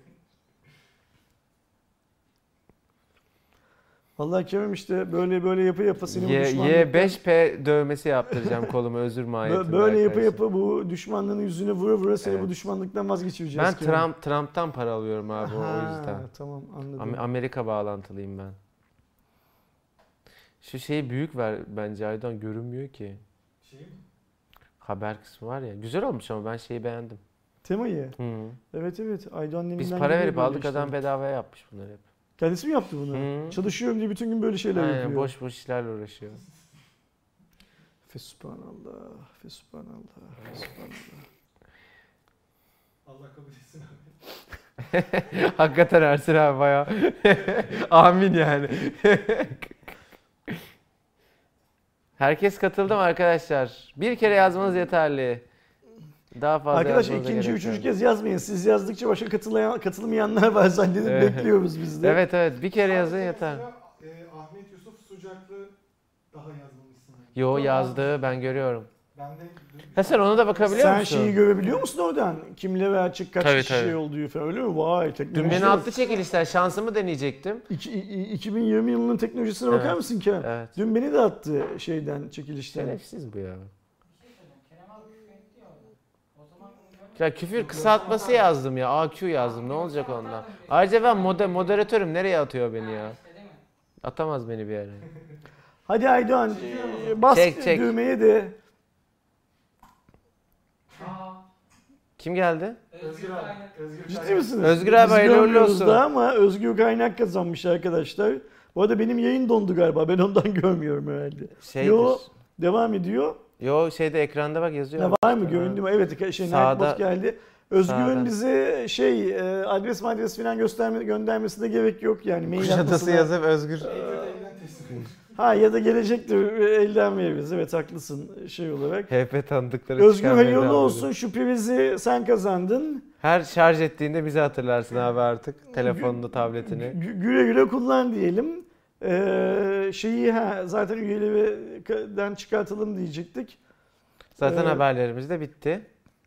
Speaker 2: Vallahi Kerem işte böyle yapa senin bu düşmanlıktan...
Speaker 1: Y5P dövmesi yaptıracağım koluma özür mahiyetinde
Speaker 2: Böyle
Speaker 1: arkadaşlar.
Speaker 2: yapa bu düşmanlığın yüzüne vura seni
Speaker 1: Evet.
Speaker 2: bu düşmanlıktan vazgeçireceğiz.
Speaker 1: Ben
Speaker 2: Kerem.
Speaker 1: Trump'tan para alıyorum abi o
Speaker 2: Ha,
Speaker 1: yüzden.
Speaker 2: Tamam anladım.
Speaker 1: Amerika bağlantılıyım ben. Şu şeyi büyük ver bence Aydan görünmüyor ki.
Speaker 3: Şey mi?
Speaker 1: Haber kısmı var ya. Güzel olmuş ama ben şeyi beğendim.
Speaker 2: Temayı.
Speaker 1: Hı.
Speaker 2: Evet Aydoğan elinden
Speaker 1: Biz para
Speaker 2: geliyor
Speaker 1: verip
Speaker 2: böyle
Speaker 1: aldık
Speaker 2: işte.
Speaker 1: adam bedavaya yapmış bunları hep.
Speaker 2: Kendisi mi yaptı bunu?
Speaker 1: Hı.
Speaker 2: Çalışıyorum diye bütün gün böyle şeyler
Speaker 1: Aynen
Speaker 2: yapıyor.
Speaker 1: boş işlerle uğraşıyor.
Speaker 2: Fesubhanallah, fesubhanallah, fesubhanallah.
Speaker 3: Allah kabul etsin abi.
Speaker 1: Hakikaten Ersin abi bayağı amin yani. Herkes katıldı mı arkadaşlar? Bir kere yazmanız yeterli. Daha fazla
Speaker 2: Arkadaşlar
Speaker 1: yazmanıza
Speaker 2: ikinci,
Speaker 1: gerek
Speaker 2: üçüncü
Speaker 1: yok.
Speaker 2: kez yazmayın. Siz yazdıkça başka katılmayanlar var zannedip
Speaker 1: Evet.
Speaker 2: bekliyoruz biz de.
Speaker 1: Evet bir kere yazın
Speaker 3: Sadece
Speaker 1: yeter.
Speaker 3: mesela, Ahmet Yusuf Sucaklı daha yazmamışsın.
Speaker 1: Yo yazdı ben görüyorum.
Speaker 3: Ben de...
Speaker 1: Ha sen ona da bakabiliyor
Speaker 2: Sen
Speaker 1: musun?
Speaker 2: şeyi görebiliyor musun oradan? Kimle ve açık kaç
Speaker 1: Tabii,
Speaker 2: kişi
Speaker 1: tabii.
Speaker 2: şey olduğu falan öyle mi? Vay
Speaker 1: Dün
Speaker 2: teknoloji.
Speaker 1: beni attı çekilişten şansımı deneyecektim.
Speaker 2: 2020 yılının teknolojisine bakar
Speaker 1: Evet.
Speaker 2: mısın Kerem?
Speaker 1: Evet.
Speaker 2: Dün beni de attı şeyden çekilişten.
Speaker 1: Şerefsiz bu ya.
Speaker 4: Bir şey söyleyeyim. Kerem abi küfür diyor orada. O zaman
Speaker 1: Ya küfür kısaltması yazdım ya. AQ yazdım. Ne olacak ondan? Ayrıca ben moderatörüm. Nereye atıyor beni ya?
Speaker 4: işte değil mi?
Speaker 1: Atamaz beni bir yere.
Speaker 2: Hadi Aydoğan bas
Speaker 1: Çek.
Speaker 2: düğmeye de.
Speaker 4: Aa.
Speaker 1: Kim geldi?
Speaker 3: Özgür abi. Özgür
Speaker 2: Ciddi
Speaker 3: Kaynak.
Speaker 2: misiniz?
Speaker 1: Özgür abi,
Speaker 2: Biz
Speaker 1: hayırlı uğurlu
Speaker 2: görmüyoruz
Speaker 1: olsun.
Speaker 2: da ama Özgür Kaynak kazanmış arkadaşlar. Bu arada benim yayın dondu galiba. Ben ondan görmüyorum herhalde.
Speaker 1: Şeydir.
Speaker 2: Yo, devam ediyor.
Speaker 1: Yo şeyde ekranda bak yazıyor.
Speaker 2: Ne var mı? Göründü mü? Evet,
Speaker 1: Sağda-
Speaker 2: Nightbot geldi. Özgür'ün
Speaker 1: sağda.
Speaker 2: bize adres falan göndermesine gerek yok yani. Mail
Speaker 1: Kuşadası
Speaker 2: atmasına-
Speaker 1: yazıp Özgür.
Speaker 3: En kötü elden teslim olur.
Speaker 2: Ha ya da gelecektir elden veririz. Evet haklısın şey olarak.
Speaker 1: HP tanıdıkları
Speaker 2: Özgür
Speaker 1: çıkarmaya
Speaker 2: hayırlı
Speaker 1: devam
Speaker 2: olsun.
Speaker 1: ediyor.
Speaker 2: Şu prizi sen kazandın.
Speaker 1: Her şarj ettiğinde bizi hatırlarsın abi artık. Telefonunu, tabletini.
Speaker 2: Güle güle kullan diyelim. Zaten üyelerden çıkartalım diyecektik.
Speaker 1: Zaten
Speaker 2: Ee,
Speaker 1: haberlerimiz de bitti.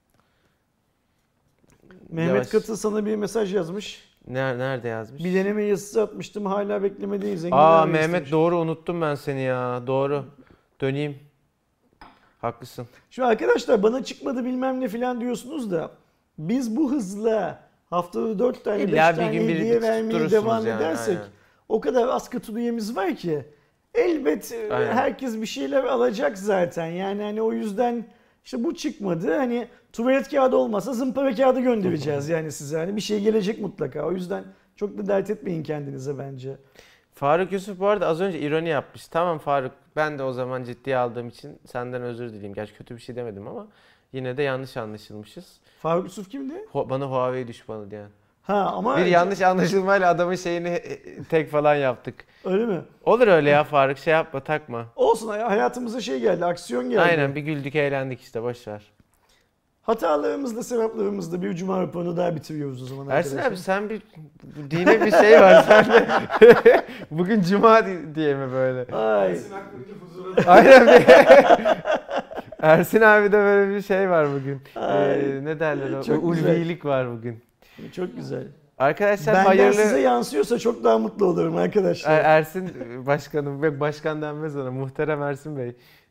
Speaker 2: Mehmet
Speaker 1: Yavaş.
Speaker 2: Katıl sana bir mesaj yazmış.
Speaker 1: Nerede yazmış?
Speaker 2: Bir deneme yazısı atmıştım hala beklemedeyiz. Engin
Speaker 1: Aa
Speaker 2: abi
Speaker 1: Mehmet
Speaker 2: istemiş.
Speaker 1: doğru unuttum ben seni ya. Doğru. Döneyim. Haklısın.
Speaker 2: Şimdi arkadaşlar bana çıkmadı bilmem ne falan diyorsunuz da biz bu hızla haftada 4 tane 5
Speaker 1: İlla bir
Speaker 2: tane
Speaker 1: gün bir
Speaker 2: hediye vermeye
Speaker 1: tutturursunuz
Speaker 2: devam
Speaker 1: yani,
Speaker 2: edersek
Speaker 1: aynen.
Speaker 2: o kadar az katıl üyemiz var ki elbet
Speaker 1: Aynen.
Speaker 2: herkes bir şeyler alacak zaten. Yani hani o yüzden işte bu çıkmadı. Hani tuvalet kağıdı olmasa zımpara kağıdı göndereceğiz yani size. Hani bir şey gelecek mutlaka. O yüzden çok da dert etmeyin kendinize bence.
Speaker 1: Faruk Yusuf bu arada az önce ironi yapmış. Tamam Faruk ben de o zaman ciddiye aldığım için senden özür dileyim. Gerçi kötü bir şey demedim ama yine de yanlış anlaşılmışız.
Speaker 2: Faruk Yusuf kimdi?
Speaker 1: Bana Huawei düşmanı diyen.
Speaker 2: Ha ama
Speaker 1: Bir yanlış anlaşılmayla adamın şeyini tek falan yaptık.
Speaker 2: öyle mi?
Speaker 1: Olur öyle ya Faruk şey yapma takma.
Speaker 2: Olsun hayatımıza şey geldi, aksiyon geldi.
Speaker 1: Aynen bir güldük eğlendik işte boşver.
Speaker 2: Hatalarımızla, sevaplarımızla bir cuma raporunu daha bitiriyoruz o zaman
Speaker 1: Ersin
Speaker 2: arkadaşlar.
Speaker 1: abi sen bir dine bir şey var sen de. Bugün cuma diye mi böyle?
Speaker 2: Ay,
Speaker 3: Ersin Akbül'ü huzura da.
Speaker 1: Aynen bir Ersin abi de böyle bir şey var bugün.
Speaker 2: Ay,
Speaker 1: Ne derler o?
Speaker 2: çok güzel.
Speaker 1: Ulvilik var bugün.
Speaker 2: çok güzel.
Speaker 1: Arkadaşlar
Speaker 2: Benden
Speaker 1: hayırlı
Speaker 2: size yansıyorsa çok daha mutlu olurum arkadaşlar.
Speaker 1: Ersin başkanım ve başkan denmez ona muhterem Ersin Bey.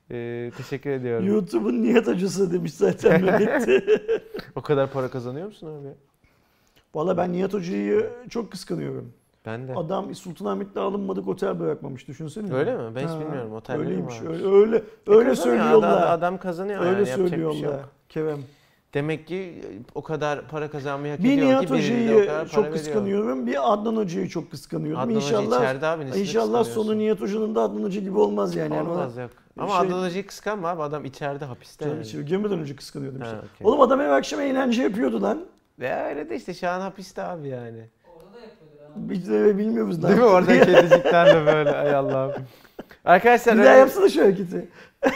Speaker 1: Teşekkür ediyorum.
Speaker 2: YouTube'un Nihat Hocası demiş zaten Mehmet.
Speaker 1: O kadar para kazanıyor musun abi?
Speaker 2: Valla ben Nihat Hoca'yı çok kıskanıyorum.
Speaker 1: Ben de.
Speaker 2: Adam Sultanahmet'te alınmadık otel bırakmamış, düşünsene.
Speaker 1: Öyle mi? Ben hiç
Speaker 2: Ha,
Speaker 1: bilmiyorum. Otelleri mi
Speaker 2: öyleymiş.
Speaker 1: varmış?
Speaker 2: Öyle
Speaker 1: Kazanıyor.
Speaker 2: söylüyorlar.
Speaker 1: Adam kazanıyor
Speaker 2: Öyle
Speaker 1: yani. Yapacak bir şey
Speaker 2: söylüyorlar.
Speaker 1: yok.
Speaker 2: Kerem.
Speaker 1: Demek ki o kadar para kazanmayı hak
Speaker 2: Bir
Speaker 1: ediyor
Speaker 2: Nihat
Speaker 1: ki biri de o
Speaker 2: Hoca'yı
Speaker 1: kadar para
Speaker 2: çok
Speaker 1: veriyor.
Speaker 2: kıskanıyorum. Bir Adnan Hoca'yı çok kıskanıyordum.
Speaker 1: Adnan Hoca içeride abi. nesini
Speaker 2: İnşallah
Speaker 1: kıskanıyorsun?
Speaker 2: sonu Nihat Hoca'nın da Adnan Hoca gibi olmaz yani.
Speaker 1: Olmaz yok. Ama
Speaker 2: şey-
Speaker 1: Adnan Hoca'yı kıskanma abi. Adam içeride hapiste.
Speaker 2: Canım
Speaker 1: yani.
Speaker 2: içeri girmeden önce kıskanıyordum işte.
Speaker 1: Ha, okey.
Speaker 2: Oğlum adam her akşam eğlence yapıyordu lan.
Speaker 1: Ve öyle de işte şu an hapiste abi yani.
Speaker 4: Orada da yapıyordur abi.
Speaker 2: Biz de bilmiyoruz ne
Speaker 1: Değil mi?
Speaker 2: yaptığını.
Speaker 1: Orada kediciklerle böyle. Ay Allah'ım. Arkadaşlar
Speaker 2: Bir
Speaker 1: öyle,
Speaker 2: daha yapsana şu hareketi.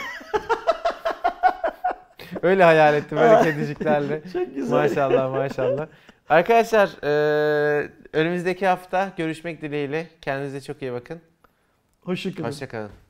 Speaker 1: öyle hayal ettim böyle kediciklerle.
Speaker 2: Çok güzel.
Speaker 1: Maşallah maşallah. Arkadaşlar önümüzdeki hafta görüşmek dileğiyle. Kendinize çok iyi bakın.
Speaker 2: Hoşçakalın.
Speaker 1: Hoşça kalın.